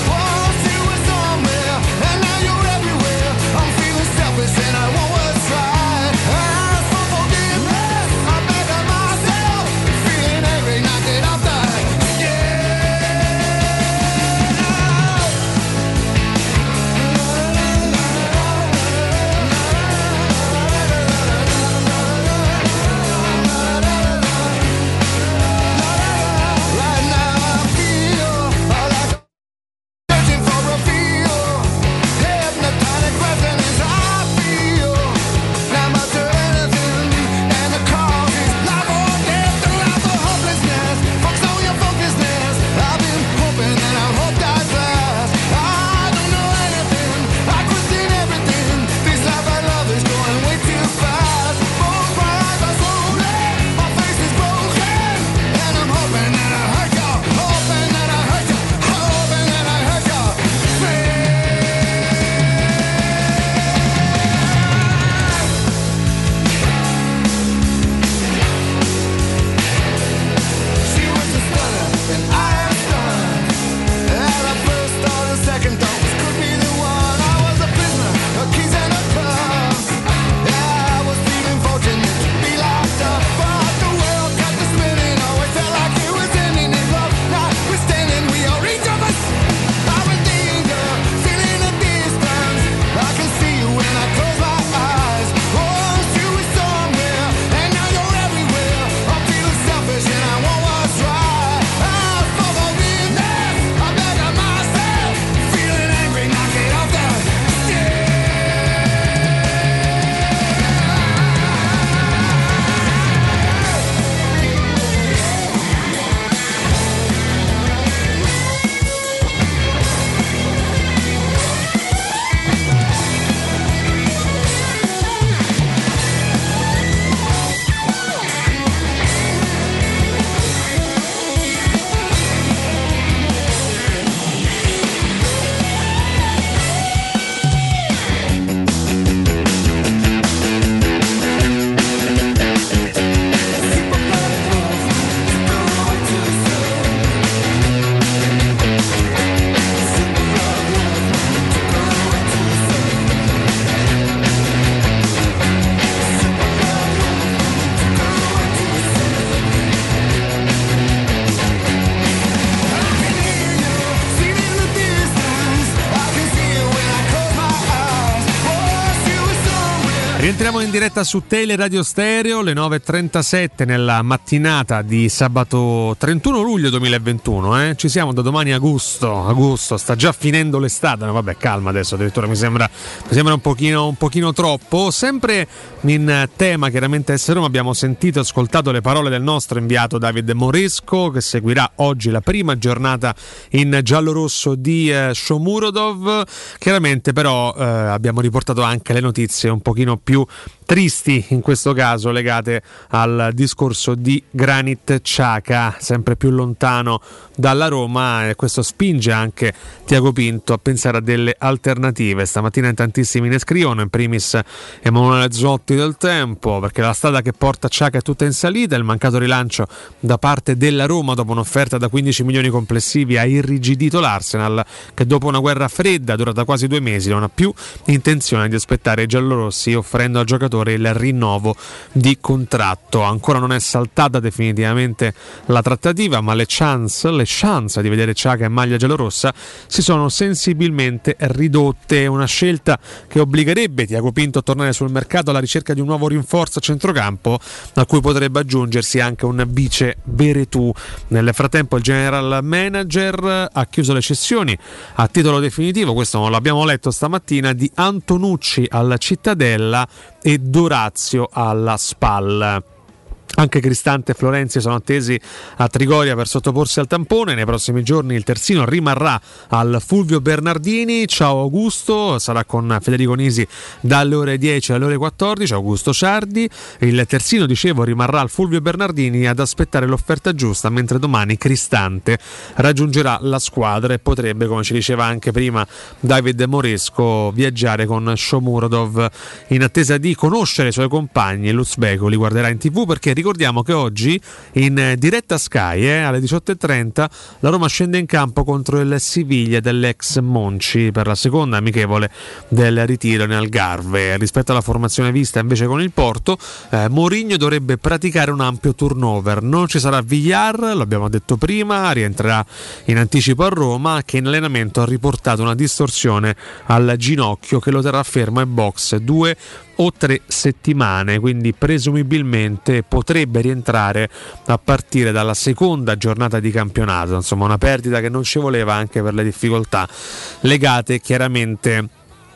Rientriamo in diretta su Teleradio Stereo, le 9.37 nella mattinata di sabato 31 luglio 2021. Ci siamo da domani agosto, sta già finendo l'estate, no, vabbè, calma adesso, addirittura mi sembra un pochino troppo. Sempre in tema chiaramente S Roma, abbiamo sentito e ascoltato le parole del nostro inviato David Moresco, che seguirà oggi la prima giornata in giallorosso di Shomurodov. Chiaramente però abbiamo riportato anche le notizie un pochino più tristi, in questo caso legate al discorso di Granit Xhaka, sempre più lontano dalla Roma, e questo spinge anche Tiago Pinto a pensare a delle alternative. Stamattina in tantissimi ne scrivono, in primis Emanuele Zotti del Tempo, perché la strada che porta Xhaka è tutta in salita. Il mancato rilancio da parte della Roma dopo un'offerta da 15 milioni complessivi ha irrigidito l'Arsenal, che dopo una guerra fredda durata quasi 2 mesi non ha più intenzione di aspettare i giallorossi, offrendo al giocatore il rinnovo di contratto. Ancora non è saltata definitivamente la trattativa, ma le chance di vedere Xhaka in maglia giallorossa si sono sensibilmente ridotte. Una scelta che obbligherebbe Tiago Pinto a tornare sul mercato alla ricerca di un nuovo rinforzo a centrocampo, a cui potrebbe aggiungersi anche un vice Veretout. Nel frattempo il general manager ha chiuso le cessioni a titolo definitivo, questo l'abbiamo letto stamattina, di Antonucci alla Cittadella e Dorazio alla Spal. Anche Cristante e Florenzi sono attesi a Trigoria per sottoporsi al tampone. Nei prossimi giorni il terzino rimarrà al Fulvio Bernardini. Ciao Augusto, sarà con Federico Nisi dalle ore 10 alle ore 14. Augusto Ciardi. Il terzino, dicevo, rimarrà al Fulvio Bernardini ad aspettare l'offerta giusta, mentre domani Cristante raggiungerà la squadra e potrebbe, come ci diceva anche prima David Moresco, viaggiare con Shomurodov in attesa di conoscere i suoi compagni. L'Uzbeko li guarderà in TV, perché ricordiamo che oggi in diretta Sky alle 18.30 la Roma scende in campo contro il Siviglia dell'ex Monci per la seconda amichevole del ritiro in Algarve. Rispetto alla formazione vista invece con il Porto, Mourinho dovrebbe praticare un ampio turnover. Non ci sarà Villar, l'abbiamo detto prima, rientrerà in anticipo a Roma, che in allenamento ha riportato una distorsione al ginocchio che lo terrà fermo in box 2 o 3 settimane, quindi presumibilmente potrebbe rientrare a partire dalla seconda giornata di campionato. Insomma, una perdita che non ci voleva, anche per le difficoltà legate chiaramente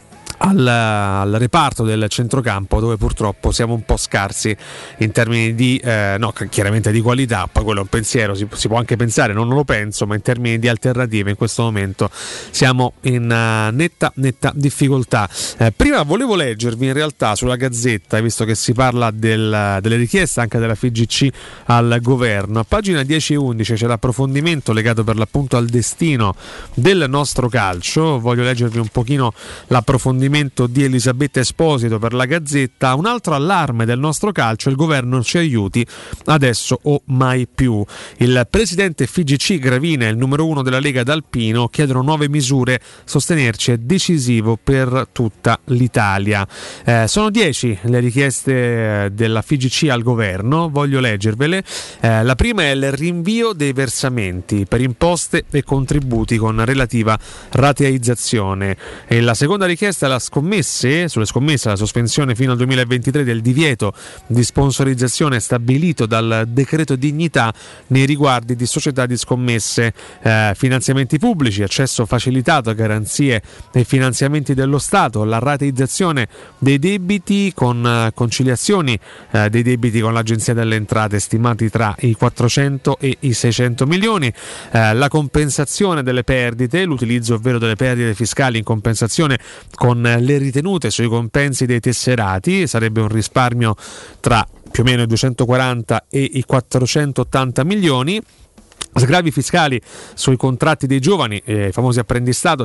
al reparto del centrocampo, dove purtroppo siamo un po' scarsi in termini di chiaramente di qualità. Poi quello è un pensiero, si può anche pensare, non lo penso, ma in termini di alternative in questo momento siamo in netta difficoltà. Prima volevo leggervi in realtà sulla Gazzetta, visto che si parla delle richieste anche della FIGC al governo, a pagina 10 e 11 c'è l'approfondimento legato per l'appunto al destino del nostro calcio. Voglio leggervi un pochino l'approfondimento di Elisabetta Esposito per la Gazzetta. Un altro allarme del nostro calcio: il governo ci aiuti adesso o mai più. Il presidente FIGC Gravina e il numero 1 della Lega D'Alpino chiedono nuove misure. Sostenerci è decisivo per tutta l'Italia. Sono 10 le richieste della FIGC al governo, voglio leggervele. La prima è il rinvio dei versamenti per imposte e contributi con relativa rateizzazione, e la seconda richiesta è sulle scommesse, la sospensione fino al 2023 del divieto di sponsorizzazione stabilito dal decreto dignità nei riguardi di società di scommesse, finanziamenti pubblici, accesso facilitato a garanzie e finanziamenti dello Stato, la rateizzazione dei debiti con conciliazioni dei debiti con l'Agenzia delle Entrate stimati tra i 400 e i 600 milioni, la compensazione delle perdite, l'utilizzo ovvero delle perdite fiscali in compensazione con le ritenute sui compensi dei tesserati, sarebbe un risparmio tra più o meno i 240 e i 480 milioni. Sgravi fiscali sui contratti dei giovani, i famosi apprendistato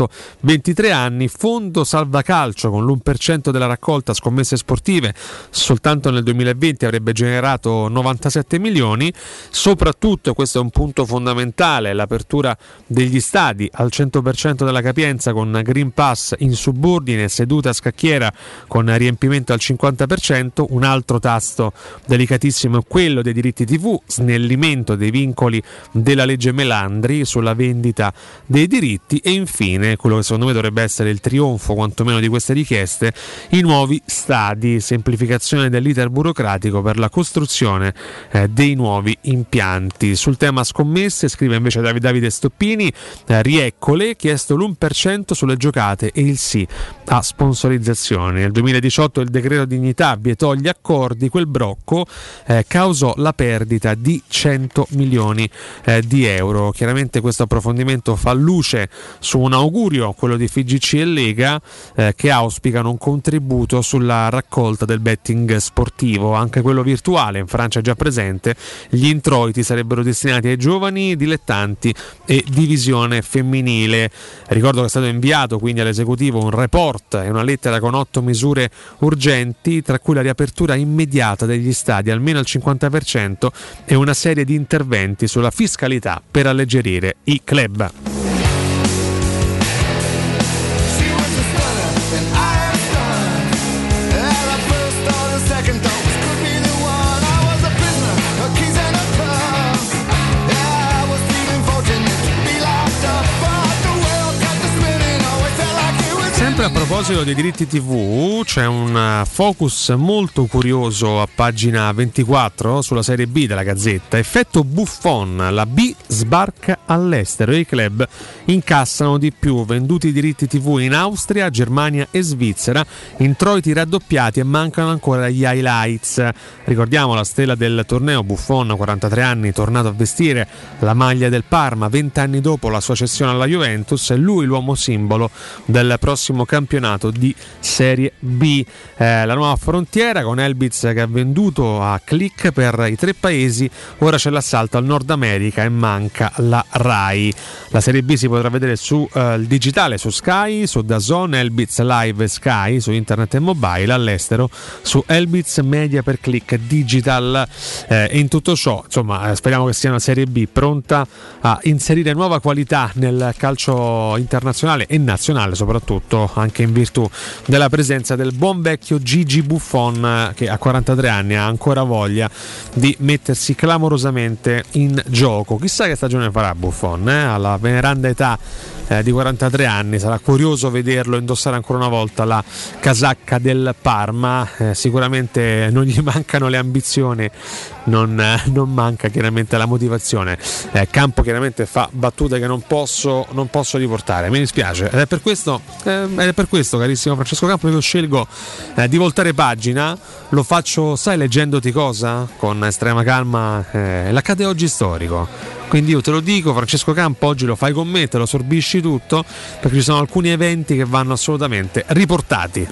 18-23 anni, fondo salva calcio con l'1% della raccolta scommesse sportive soltanto nel 2020 avrebbe generato 97 milioni. Soprattutto, questo è un punto fondamentale, l'apertura degli stadi al 100% della capienza con Green Pass in subordine, sedute a scacchiera con riempimento al 50%. Un altro tasto delicatissimo è quello dei diritti TV, snellimento dei vincoli della legge Melandri sulla vendita dei diritti e infine quello che secondo me dovrebbe essere il trionfo quantomeno di queste richieste, i nuovi stadi, semplificazione dell'iter burocratico per la costruzione dei nuovi impianti. Sul tema scommesse scrive invece Davide Stoppini, rieccole, chiesto l'1% sulle giocate e il sì a sponsorizzazioni. Nel 2018 il decreto dignità vietò gli accordi, quel brocco causò la perdita di 100 milioni di euro. Chiaramente questo approfondimento fa luce su un augurio, quello di FIGC e Lega, che auspicano un contributo sulla raccolta del betting sportivo, anche quello virtuale in Francia è già presente. Gli introiti sarebbero destinati ai giovani, dilettanti e divisione femminile. Ricordo che è stato inviato quindi all'esecutivo un report e una lettera con 8 misure urgenti, tra cui la riapertura immediata degli stadi almeno al 50% e una serie di interventi sulla fiscalità per alleggerire i club. A proposito dei diritti TV, c'è un focus molto curioso a pagina 24 sulla Serie B della Gazzetta. Effetto Buffon, la B sbarca all'estero e i club incassano di più, venduti i diritti TV in Austria, Germania e Svizzera, introiti raddoppiati e mancano ancora gli highlights. Ricordiamo la stella del torneo, Buffon, 43 anni, tornato a vestire la maglia del Parma 20 anni dopo la sua cessione alla Juventus, è lui l'uomo simbolo del prossimo campionato di Serie B. La nuova frontiera con Elbitz che ha venduto a Click per i 3 paesi, ora c'è l'assalto al Nord America e manca la Rai. La Serie B si potrà vedere su digitale, su Sky, su DAZN, Elbitz Live Sky, su internet e mobile, all'estero su Elbitz Media per Click Digital. E in tutto ciò, insomma, speriamo che sia una Serie B pronta a inserire nuova qualità nel calcio internazionale e nazionale, soprattutto anche in virtù della presenza del buon vecchio Gigi Buffon, che a 43 anni ha ancora voglia di mettersi clamorosamente in gioco. Chissà che stagione farà Buffon, alla veneranda età di 43 anni. Sarà curioso vederlo indossare ancora una volta la casacca del Parma. Sicuramente non gli mancano le ambizioni, non manca chiaramente la motivazione. Campo chiaramente fa battute che non posso riportare, mi dispiace, ed è per questo carissimo Francesco Campo che io scelgo di voltare pagina. Lo faccio, sai, leggendoti cosa? Con estrema calma, l'accade oggi storico. Quindi io te lo dico, Francesco Campo, oggi lo fai con me, te lo sorbisci tutto, perché ci sono alcuni eventi che vanno assolutamente riportati.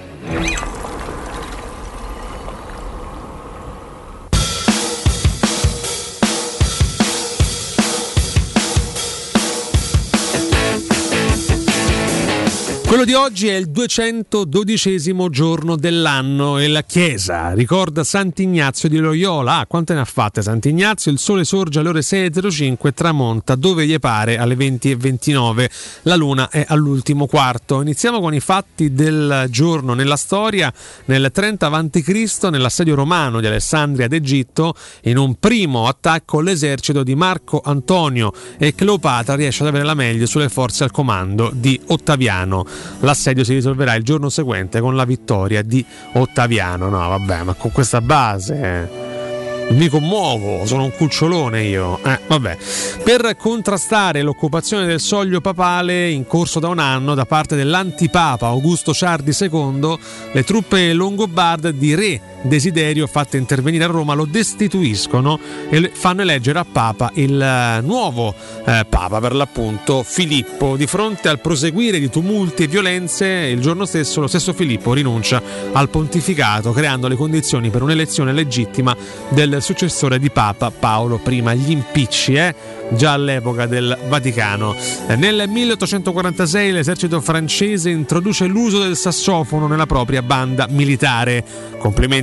Quello di oggi è il 212° giorno dell'anno e la Chiesa ricorda Sant'Ignazio di Loyola. Quante ne ha fatte Sant'Ignazio? Il sole sorge alle ore 6:05 e tramonta dove gli pare alle 20:29. La luna è all'ultimo quarto. Iniziamo con i fatti del giorno nella storia. Nel 30 a.C., nell'assedio romano di Alessandria d'Egitto, in un primo attacco l'esercito di Marco Antonio e Cleopatra riesce ad avere la meglio sulle forze al comando di Ottaviano. L'assedio si risolverà il giorno seguente con la vittoria di Ottaviano. No, vabbè, ma con questa base mi commuovo, sono un cucciolone io. Vabbè. Per contrastare l'occupazione del soglio papale in corso da un anno da parte dell'antipapa Augusto Ciardi II, le truppe longobarde di re Desiderio, fatte intervenire a Roma, lo destituiscono e fanno eleggere a papa il nuovo papa, per l'appunto Filippo. Di fronte al proseguire di tumulti e violenze, il giorno stesso lo stesso Filippo rinuncia al pontificato, creando le condizioni per un'elezione legittima del successore di Papa Paolo I. Gli impicci, già all'epoca del Vaticano. Nel 1846 l'esercito francese introduce l'uso del sassofono nella propria banda militare. Complimenti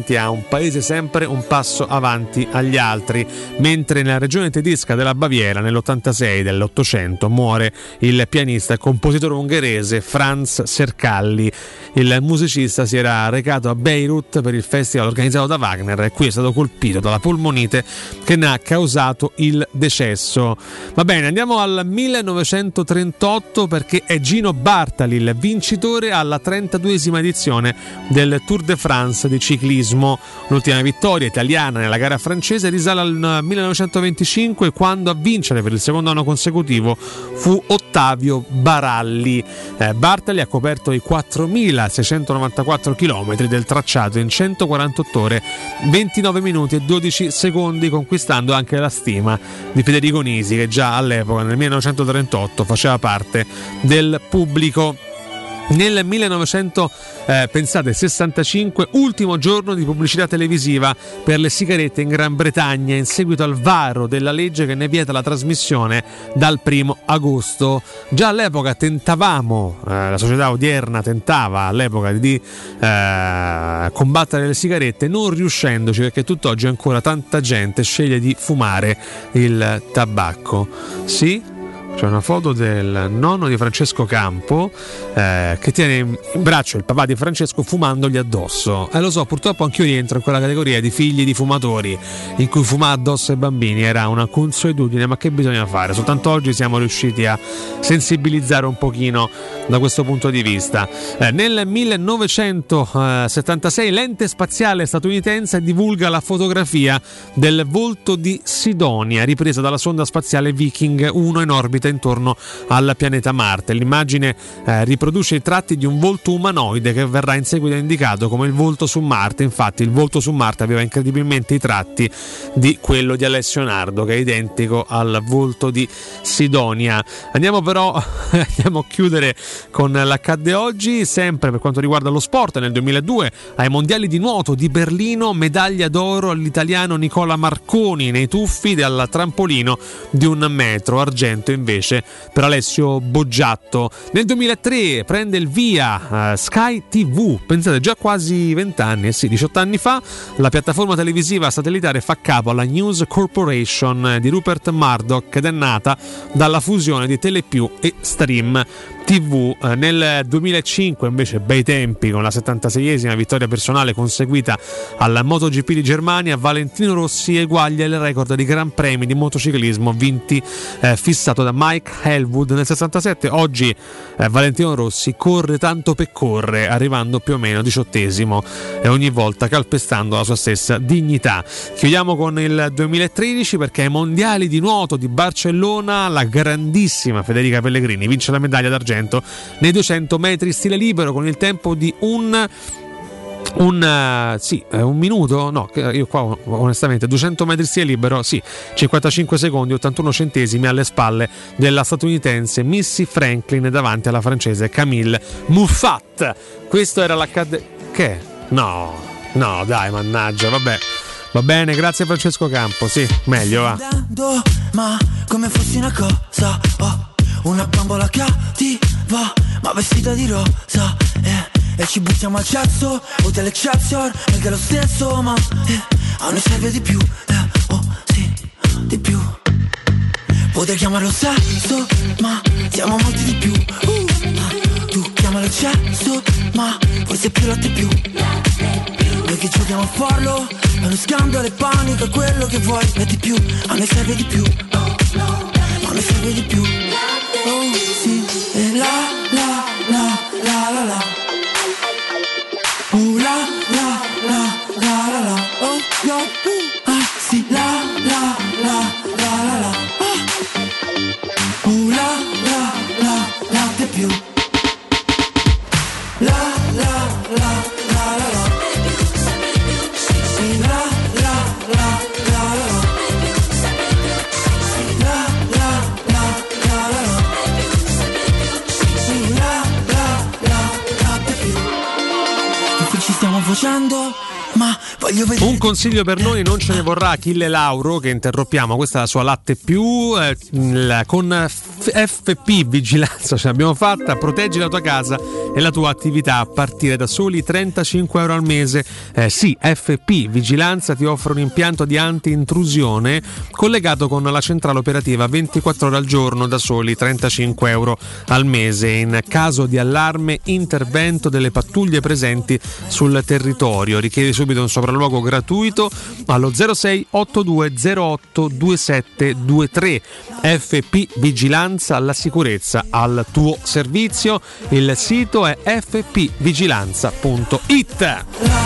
davanti a un paese sempre un passo avanti agli altri, mentre nella regione tedesca della Baviera nell'86 dell'Ottocento muore il pianista e compositore ungherese Franz Serkalli. Il musicista si era recato a Beirut per il festival organizzato da Wagner e qui è stato colpito dalla polmonite che ne ha causato il decesso. Va bene, andiamo al 1938 perché è Gino Bartali il vincitore alla 32esima edizione del Tour de France di ciclismo. L'ultima vittoria italiana nella gara francese risale al 1925, quando a vincere per il secondo anno consecutivo fu Ottavio Baralli. Bartali ha coperto i 4.694 km del tracciato in 148 ore, 29 minuti e 12 secondi, conquistando anche la stima di Federico Nisi, che già all'epoca, nel 1938, faceva parte del pubblico. Nel 1965, ultimo giorno di pubblicità televisiva per le sigarette in Gran Bretagna in seguito al varo della legge che ne vieta la trasmissione dal 1 agosto. Già all'epoca tentavamo, la società odierna tentava all'epoca di combattere le sigarette, non riuscendoci, perché tutt'oggi ancora tanta gente sceglie di fumare il tabacco. Sì? C'è una foto del nonno di Francesco Campo che tiene in braccio il papà di Francesco fumandogli addosso. Lo so, purtroppo anch'io rientro in quella categoria di figli di fumatori in cui fumare addosso ai bambini era una consuetudine, ma che bisogna fare? Soltanto oggi siamo riusciti a sensibilizzare un pochino da questo punto di vista. Nel 1976 l'ente spaziale statunitense divulga la fotografia del volto di Sidonia ripresa dalla sonda spaziale Viking 1 in orbita intorno al pianeta Marte. L'immagine riproduce i tratti di un volto umanoide che verrà in seguito indicato come il volto su Marte. Infatti il volto su Marte aveva incredibilmente i tratti di quello di Alessio Nardo, che è identico al volto di Sidonia. Andiamo a chiudere con l'accadde oggi, sempre per quanto riguarda lo sport. Nel 2002 ai mondiali di nuoto di Berlino, medaglia d'oro all'italiano Nicola Marconi nei tuffi dal trampolino di 1 metro, argento invece per Alessio Boggiatto. Nel 2003 prende il via Sky TV, pensate, già quasi 20 anni, 18 anni fa, la piattaforma televisiva satellitare fa capo alla News Corporation di Rupert Murdoch ed è nata dalla fusione di Telepiù e Stream TV. Nel 2005 invece, bei tempi, con la 76esima vittoria personale conseguita al MotoGP di Germania, Valentino Rossi eguaglia il record di Gran Premi di motociclismo vinti fissato da Mike Elwood nel 67. Oggi Valentino Rossi corre tanto per corre, arrivando più o meno 18esimo e ogni volta calpestando la sua stessa dignità. Chiudiamo con il 2013 perché ai mondiali di nuoto di Barcellona la grandissima Federica Pellegrini vince la medaglia d'argento nei 200 metri stile libero con il tempo di un minuto, no, io qua onestamente 200 metri stile libero, 55 secondi 81 centesimi alle spalle della statunitense Missy Franklin davanti alla francese Camille Muffat. Questo era che? No, dai, mannaggia, vabbè. Va bene, grazie Francesco Campo, meglio va. Ma come fossi una cosa, una bambola cattiva, ma vestita di rosa, e ci buttiamo al cesso, Hotel Excelsior, perché è lo stesso, ma a noi serve di più, di più. Potrei chiamarlo sesso, ma siamo molti di più. Tu chiamalo eccesso, ma forse più latte più. Noi che giochiamo a farlo, è uno scandalo e panico, è quello che vuoi, e di più, a noi serve di più. A noi serve di più. E la la la la la la. La la la la la la. Oh no. Sì, la la la la la la. La la la la di più. La la la la la la. Sì, la la la la la la. La la la la la la. Ci stiamo facendo, ma voglio Un consiglio per noi, non ce ne vorrà Achille Lauro, che interrompiamo, questa è la sua latte più, con FP Vigilanza ce l'abbiamo fatta, proteggi la tua casa e la tua attività a partire da soli 35 euro al mese. Sì, FP Vigilanza ti offre un impianto di anti-intrusione collegato con la centrale operativa 24 ore al giorno da soli 35 euro al mese. In caso di allarme, intervento delle pattuglie presenti sul territorio. Richiedi subito un sopralluogo gratuito allo 06 82 08 2723. FP Vigilanza, la sicurezza al tuo servizio. Il sito è fpvigilanza.it.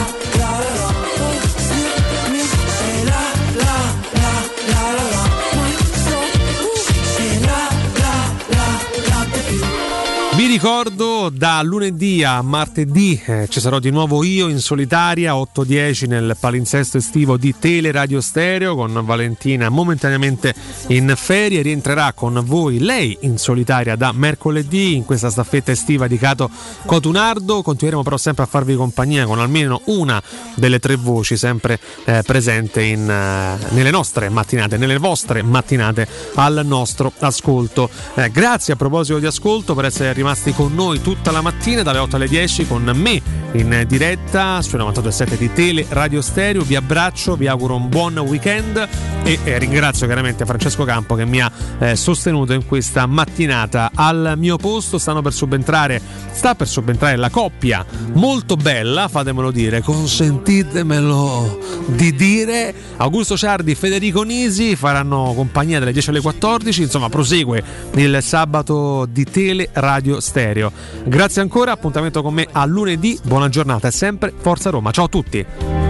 Vi ricordo, da lunedì a martedì ci sarò di nuovo io in solitaria 8-10 nel palinsesto estivo di Teleradio Stereo, con Valentina momentaneamente in ferie. Rientrerà con voi lei in solitaria da mercoledì in questa staffetta estiva di Cato Cotunardo. Continueremo però sempre a farvi compagnia con almeno una delle tre voci sempre presente nelle nostre mattinate, nelle vostre mattinate al nostro ascolto. Grazie a proposito di ascolto per essere rimasti con noi tutta la mattina dalle 8 alle 10 con me in diretta sui 92.7 di Tele Radio Stereo. Vi abbraccio, vi auguro un buon weekend e ringrazio chiaramente Francesco Campo che mi ha sostenuto in questa mattinata. Al mio posto sta per subentrare la coppia molto bella, fatemelo dire, consentitemelo di dire, Augusto Ciardi, Federico Nisi faranno compagnia dalle 10 alle 14. Insomma, prosegue il sabato di Tele Radio Stereo. Grazie ancora, appuntamento con me a lunedì. Buona giornata e sempre Forza Roma. Ciao a tutti.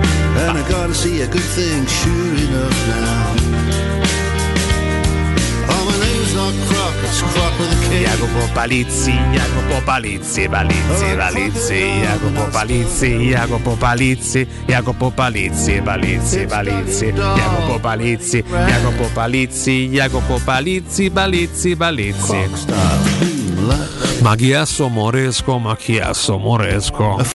Jacopo Palizzi, Jacopo Palizzi, Palizzi, Palizzi, Jacopo Palizzi, Jacopo Palizzi, Jacopo Palizzi, Palizzi, Palizzi, Jacopo Palizzi, Jacopo Palizzi, Jacopo Palizzi, Palizzi, Palizzi. Ma chi è Moresco? Ma chi è Moresco?